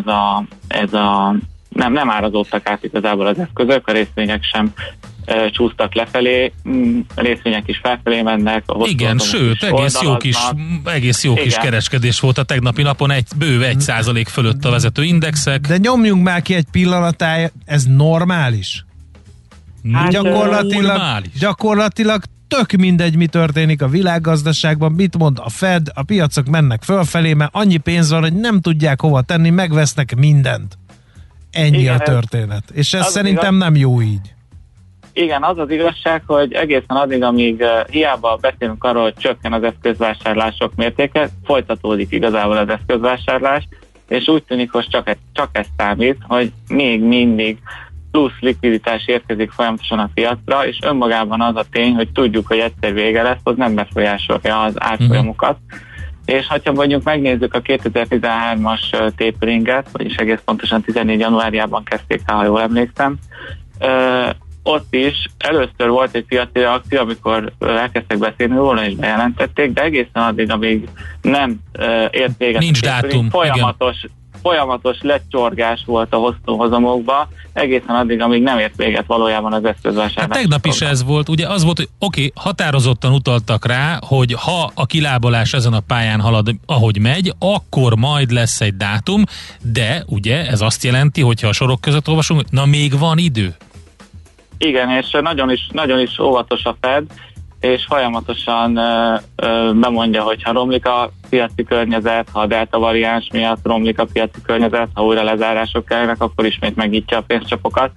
Speaker 8: nem árazódtak át igazából az eszközök, a részvények sem csúsztak lefelé, a részvények is felfelé mennek.
Speaker 5: Igen, sőt, egész jó kis kereskedés volt a tegnapi napon, bőve 1% fölött a vezető indexek.
Speaker 4: De nyomjunk már ki egy pillanatáj, ez normális? Hát, gyakorlatilag tök mindegy, mi történik a világgazdaságban, mit mond a Fed, a piacok mennek fölfelé, mert annyi pénz van, hogy nem tudják hova tenni, megvesznek mindent. Ennyi igen, a történet. És ez szerintem nem jó így.
Speaker 8: Igen, az az igazság, hogy egészen addig, amíg hiába beszélünk arról, hogy csökken az eszközvásárlások mértéke, folytatódik igazából az eszközvásárlás, és úgy tűnik, hogy csak ez számít, hogy még mindig plusz likviditás érkezik folyamatosan a piacra, és önmagában az a tény, hogy tudjuk, hogy egyszer vége lesz, az nem befolyásolja az árfolyamokat. És ha mondjuk megnézzük a 2013-as taperinget, vagyis egész pontosan 14 januárjában kezdték el, ha jól emlékszem, ott is először volt egy piaci reakció, amikor elkezdtek beszélni róla és bejelentették, de egészen addig, amíg nem ért véget.
Speaker 5: Nincs dátum.
Speaker 8: Folyamatos lecsorgás volt a hosszú hozamokba, egészen addig, amíg nem ért véget valójában az eszközvásárlás.
Speaker 5: Hát tegnap is ez volt, ugye az volt, hogy határozottan utaltak rá, hogy ha a kilábalás ezen a pályán halad, ahogy megy, akkor majd lesz egy dátum, de ugye ez azt jelenti, hogyha a sorok között olvasunk, na még van idő.
Speaker 8: Igen, és nagyon is óvatos a Fed, és folyamatosan bemondja, hogy ha romlik a piaci környezet, ha a delta variáns miatt romlik a piaci környezet, ha újra lezárások kellnek, akkor ismét megnyitja a pénzcsapokat.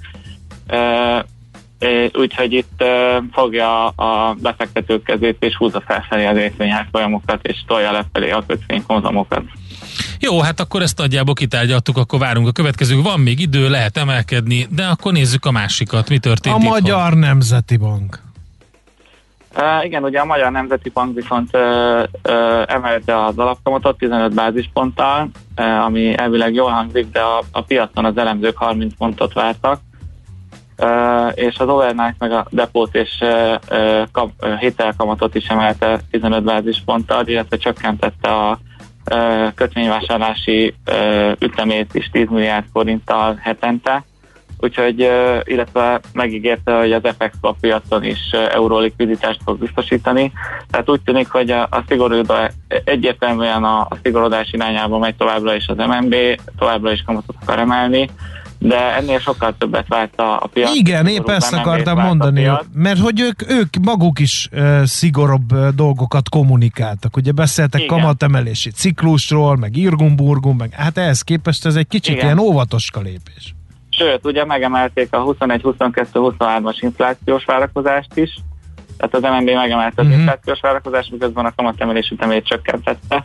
Speaker 8: Úgyhogy itt fogja a befektetők kezét, és húzza felfelé az részvényárfolyamokat, és tolja lefelé a kötvényhozamokat.
Speaker 5: Jó, hát akkor ezt nagyjából kitárgyaltuk, akkor várunk a következő. Van még idő, lehet emelkedni, de akkor nézzük a másikat. Mi történt
Speaker 4: A Magyar Nemzeti Bank.
Speaker 8: Igen, ugye a Magyar Nemzeti Bank viszont emelte az alapkamatot 15 bázisponttal, ami elvileg jól hangzik, de a piacon az elemzők 30 pontot vártak, és az overnight meg a depót és hitelkamatot is emelte 15 bázisponttal, illetve csökkentette a kötvényvásárlási ütemét is 10 milliárd forinttal hetente, úgyhogy, illetve megígérte, hogy az FX swap piacon is eurólikviditást fog biztosítani. Tehát úgy tűnik, hogy a szigorodás egyértelműen a szigorodás irányába megy továbbra is az MNB, továbbra is kamatot akar emelni, de ennél sokkal többet várt a piac.
Speaker 4: Igen, épp ezt akartam mondani, mert hogy ők maguk is szigorúbb dolgokat kommunikáltak. Ugye beszéltek kamatemelési ciklusról, meg Irgum-burgum, meg hát ehhez képest ez egy kicsit ilyen óvatoska lépés.
Speaker 8: Sőt, ugye megemelték a 21-22-23-as inflációs várakozást is, tehát az MNB megemelte az inflációs várakozást, miközben a kamatemelés ütemét csökkentette.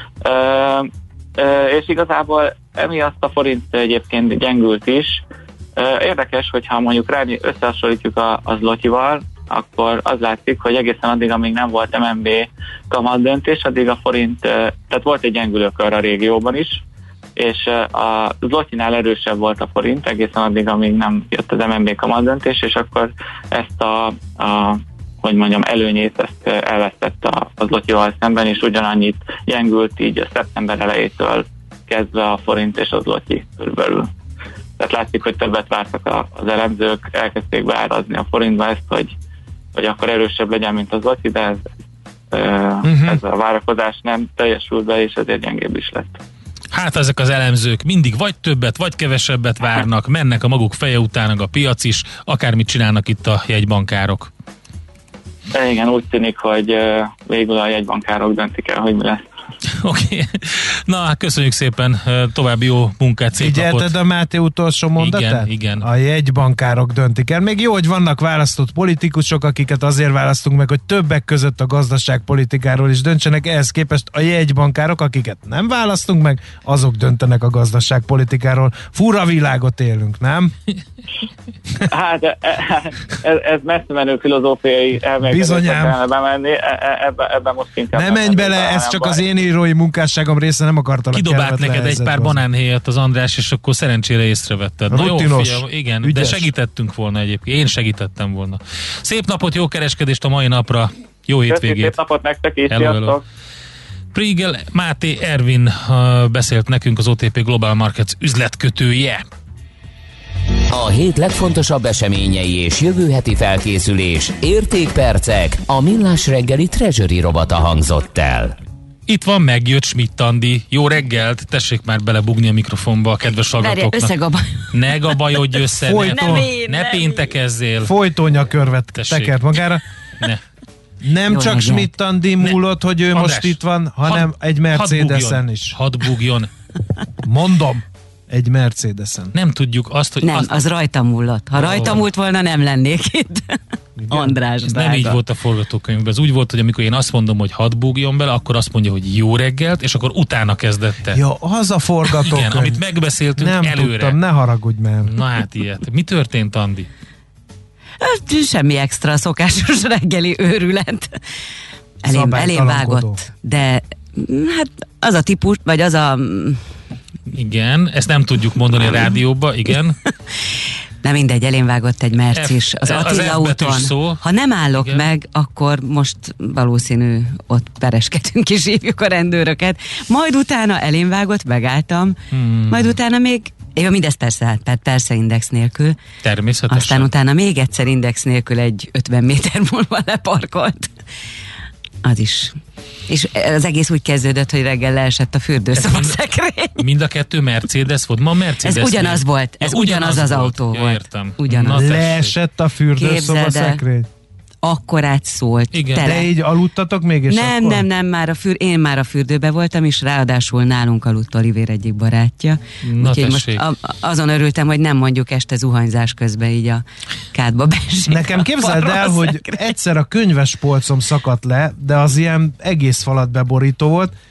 Speaker 8: És igazából emiatt a forint egyébként gyengült is. Érdekes, hogyha mondjuk összehasonlítjuk a zlotyival, akkor az látszik, hogy egészen addig, amíg nem volt MNB kamat döntés, addig a forint, tehát volt egy gyengülőkör a régióban is, és a zlotyinál erősebb volt a forint egészen addig, amíg nem jött az MNB kamat döntés, és akkor ezt hogy mondjam, előnyét ezt elvesztette a zlotyival szemben, és ugyanannyit gyengült így a szeptember elejétől kezdve a forint és a zlotyi körülbelül. Tehát látszik, hogy többet vártak az elemzők, elkezdték beárazni a forintba ezt, hogy akkor erősebb legyen, mint az zlotyi, de ez a várakozás nem teljesült be, és ezért gyengébb is lett.
Speaker 5: Hát ezek az elemzők mindig vagy többet, vagy kevesebbet várnak, mennek a maguk feje után a piac is, akármit csinálnak itt a jegybankárok.
Speaker 8: De igen, úgy tűnik, hogy végül a jegybankárok döntik el, hogy mi lesz.
Speaker 5: Oké. Na, hát köszönjük szépen, további jó munkát, szép napot.
Speaker 4: Figyelted a Máté utolsó mondatát?
Speaker 5: Igen.
Speaker 4: A jegybankárok döntik el. Még jó, hogy vannak választott politikusok, akiket azért választunk meg, hogy többek között a gazdaságpolitikáról is döntsenek, ehhez képest a jegybankárok, akiket nem választunk meg, azok döntenek a gazdaságpolitikáról. Fura világot élünk, nem?
Speaker 8: Hát ez messze menő filozófiai elmélkedésre kellene bemenni, ebben most inkább
Speaker 4: nem menj bele, ez csak az én írói munkásságom része, nem akartalak.
Speaker 5: Kidobált neked egy pár banánhéjat az András, és akkor szerencsére észrevetted.
Speaker 4: Rutinos,
Speaker 5: na jó, igen,
Speaker 4: ügyes.
Speaker 5: De segítettünk volna egyébként. Én segítettem volna. Szép napot, jó kereskedést a mai napra. Jó hétvégét.
Speaker 8: Szép napot nektek is, sziasztok!
Speaker 5: Priegel Máté Ervin beszélt nekünk, az OTP Global Markets üzletkötője.
Speaker 1: A hét legfontosabb eseményei és jövő heti felkészülés, értékpercek, a Millás reggeli Treasury robata hangzott el.
Speaker 5: Itt van, megjött Schmidt Andi. Jó reggelt, tessék már belebugni a mikrofonba a kedves hallgatóknak. Ne gabajodj össze, ne péntekezzél.
Speaker 4: Folytónyakörvet tekert magára. Nem
Speaker 5: jó,
Speaker 4: csak Schmidt Andi múlott, hogy ő
Speaker 5: András,
Speaker 4: most itt van, hanem egy Mercedesen is.
Speaker 5: Hadd bugjon.
Speaker 4: Mondom. Egy Mercedesen.
Speaker 5: Nem tudjuk azt, hogy...
Speaker 9: Nem, az rajta múlott. Ha rajta múlt volna, nem lennék itt. András,
Speaker 5: ez nem így volt a forgatókönyvben. Ez úgy volt, hogy amikor én azt mondom, hogy hadd bugjon bele, akkor azt mondja, hogy jó reggelt, és akkor utána kezdette.
Speaker 4: Ja, az a forgatókönyv.
Speaker 5: Igen, amit megbeszéltünk
Speaker 4: nem
Speaker 5: előre. Nem
Speaker 4: tudtam, ne haragudj már.
Speaker 5: Na hát ilyet. Mi történt, Andi?
Speaker 9: Semmi extra, szokásos reggeli őrület. Elém vágott. De hát az a típus, vagy az a...
Speaker 5: Igen, ezt nem tudjuk mondani a rádióba, igen.
Speaker 9: Na mindegy, elém vágott egy Mercis az Attila úton.
Speaker 5: Szó.
Speaker 9: Ha nem állok meg, akkor most valószínű ott pereskedünk és hívjuk a rendőröket. Majd utána elém vágott, megálltam. Majd utána még, mindez persze index nélkül.
Speaker 5: Természetesen.
Speaker 9: Aztán utána még egyszer index nélkül egy 50 méter múlva leparkolt. Az is. És az egész úgy kezdődött, hogy reggel leesett a fürdőszobaszekrény.
Speaker 5: Mind a kettő Mercedes volt? Ma Mercedes.
Speaker 9: Ez ugyanaz volt. Ez ugyanaz az autó volt.
Speaker 5: Értem.
Speaker 9: Ugyanaz.
Speaker 4: Leesett a fürdőszobaszekrény.
Speaker 9: Akkor átszólt.
Speaker 4: Igen. De így aludtatok még? És
Speaker 9: nem, én már a fürdőbe voltam, és ráadásul nálunk aludt Olivér egyik barátja. Úgyhogy most azon örültem, hogy nem mondjuk este zuhanyzás közben így a kádba beség.
Speaker 4: Nekem képzeld el, hogy egyszer a könyves polcom szakadt le, de az ilyen egész falat beborító volt,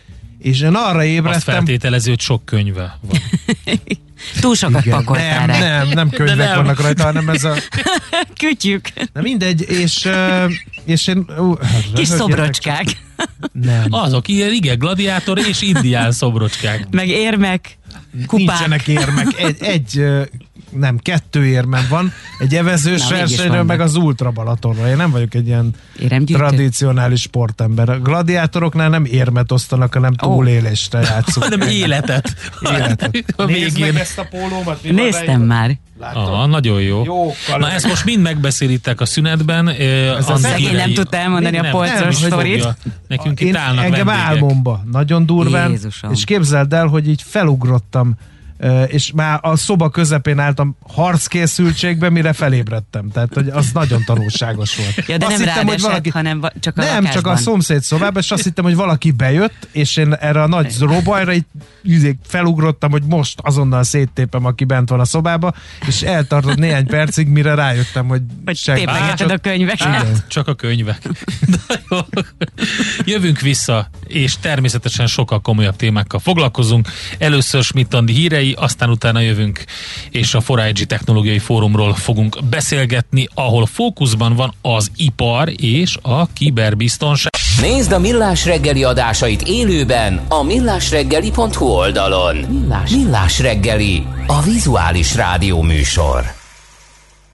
Speaker 4: és én arra
Speaker 5: Azt
Speaker 4: ébredtem...
Speaker 5: feltételező, hogy sok könyve van.
Speaker 9: Túl sokat pakoltál rá.
Speaker 4: Nem könyvek vannak rajta, hanem ez a...
Speaker 9: Kütyük.
Speaker 4: Na mindegy, és én...
Speaker 9: Kis szobrocskák.
Speaker 4: Nem.
Speaker 5: Azok, igen, gladiátor és indián szobrocskák.
Speaker 9: Meg érmek, kupák.
Speaker 4: Nincsenek érmek. Nem, 2 érmem van. Egy evezős versenyről, meg az Ultra Balatonra. Én nem vagyok egy ilyen tradicionális sportember. A gladiátoroknál nem érmet osztanak, hanem túlélésre játszunk.
Speaker 5: Hanem életet.
Speaker 4: Nézd meg ezt a pólómat.
Speaker 9: Néztem már.
Speaker 5: Aha, nagyon jó. Na ezt most mind megbeszélitek a szünetben.
Speaker 9: Szegény nem tudta elmondani a polcos sztorit.
Speaker 5: Nekünk itt állnak
Speaker 4: engem
Speaker 5: vendégek.
Speaker 4: álmomba, nagyon durván.
Speaker 9: Jézusom.
Speaker 4: És képzeld el, hogy így felugrottam, és már a szoba közepén álltam harckészültségben, mire felébredtem. Tehát, hogy az nagyon tanulságos volt.
Speaker 9: Ja, de
Speaker 4: azt
Speaker 9: nem
Speaker 4: hittem,
Speaker 9: rád esett, hanem csak a
Speaker 4: nem,
Speaker 9: lakásban.
Speaker 4: csak a szomszéd szobában, és azt hittem, hogy valaki bejött, és én erre a nagy robajra így felugrottam, hogy most azonnal széttépem, aki bent van a szobába, és eltartott néhány percig, mire rájöttem, hogy
Speaker 9: téplegeted a könyveket.
Speaker 5: Csak a könyvek. Jó. Jövünk vissza, és természetesen sokkal komolyabb témákkal foglalkozunk. Először Schmidt-Andi hírei, aztán utána jövünk, és a 4IG Technológiai Fórumról fogunk beszélgetni, ahol fókuszban van az ipar és a kiberbiztonság.
Speaker 1: Nézd a Millás reggeli adásait élőben a millásreggeli.hu oldalon. Millás reggeli, a vizuális rádió műsor.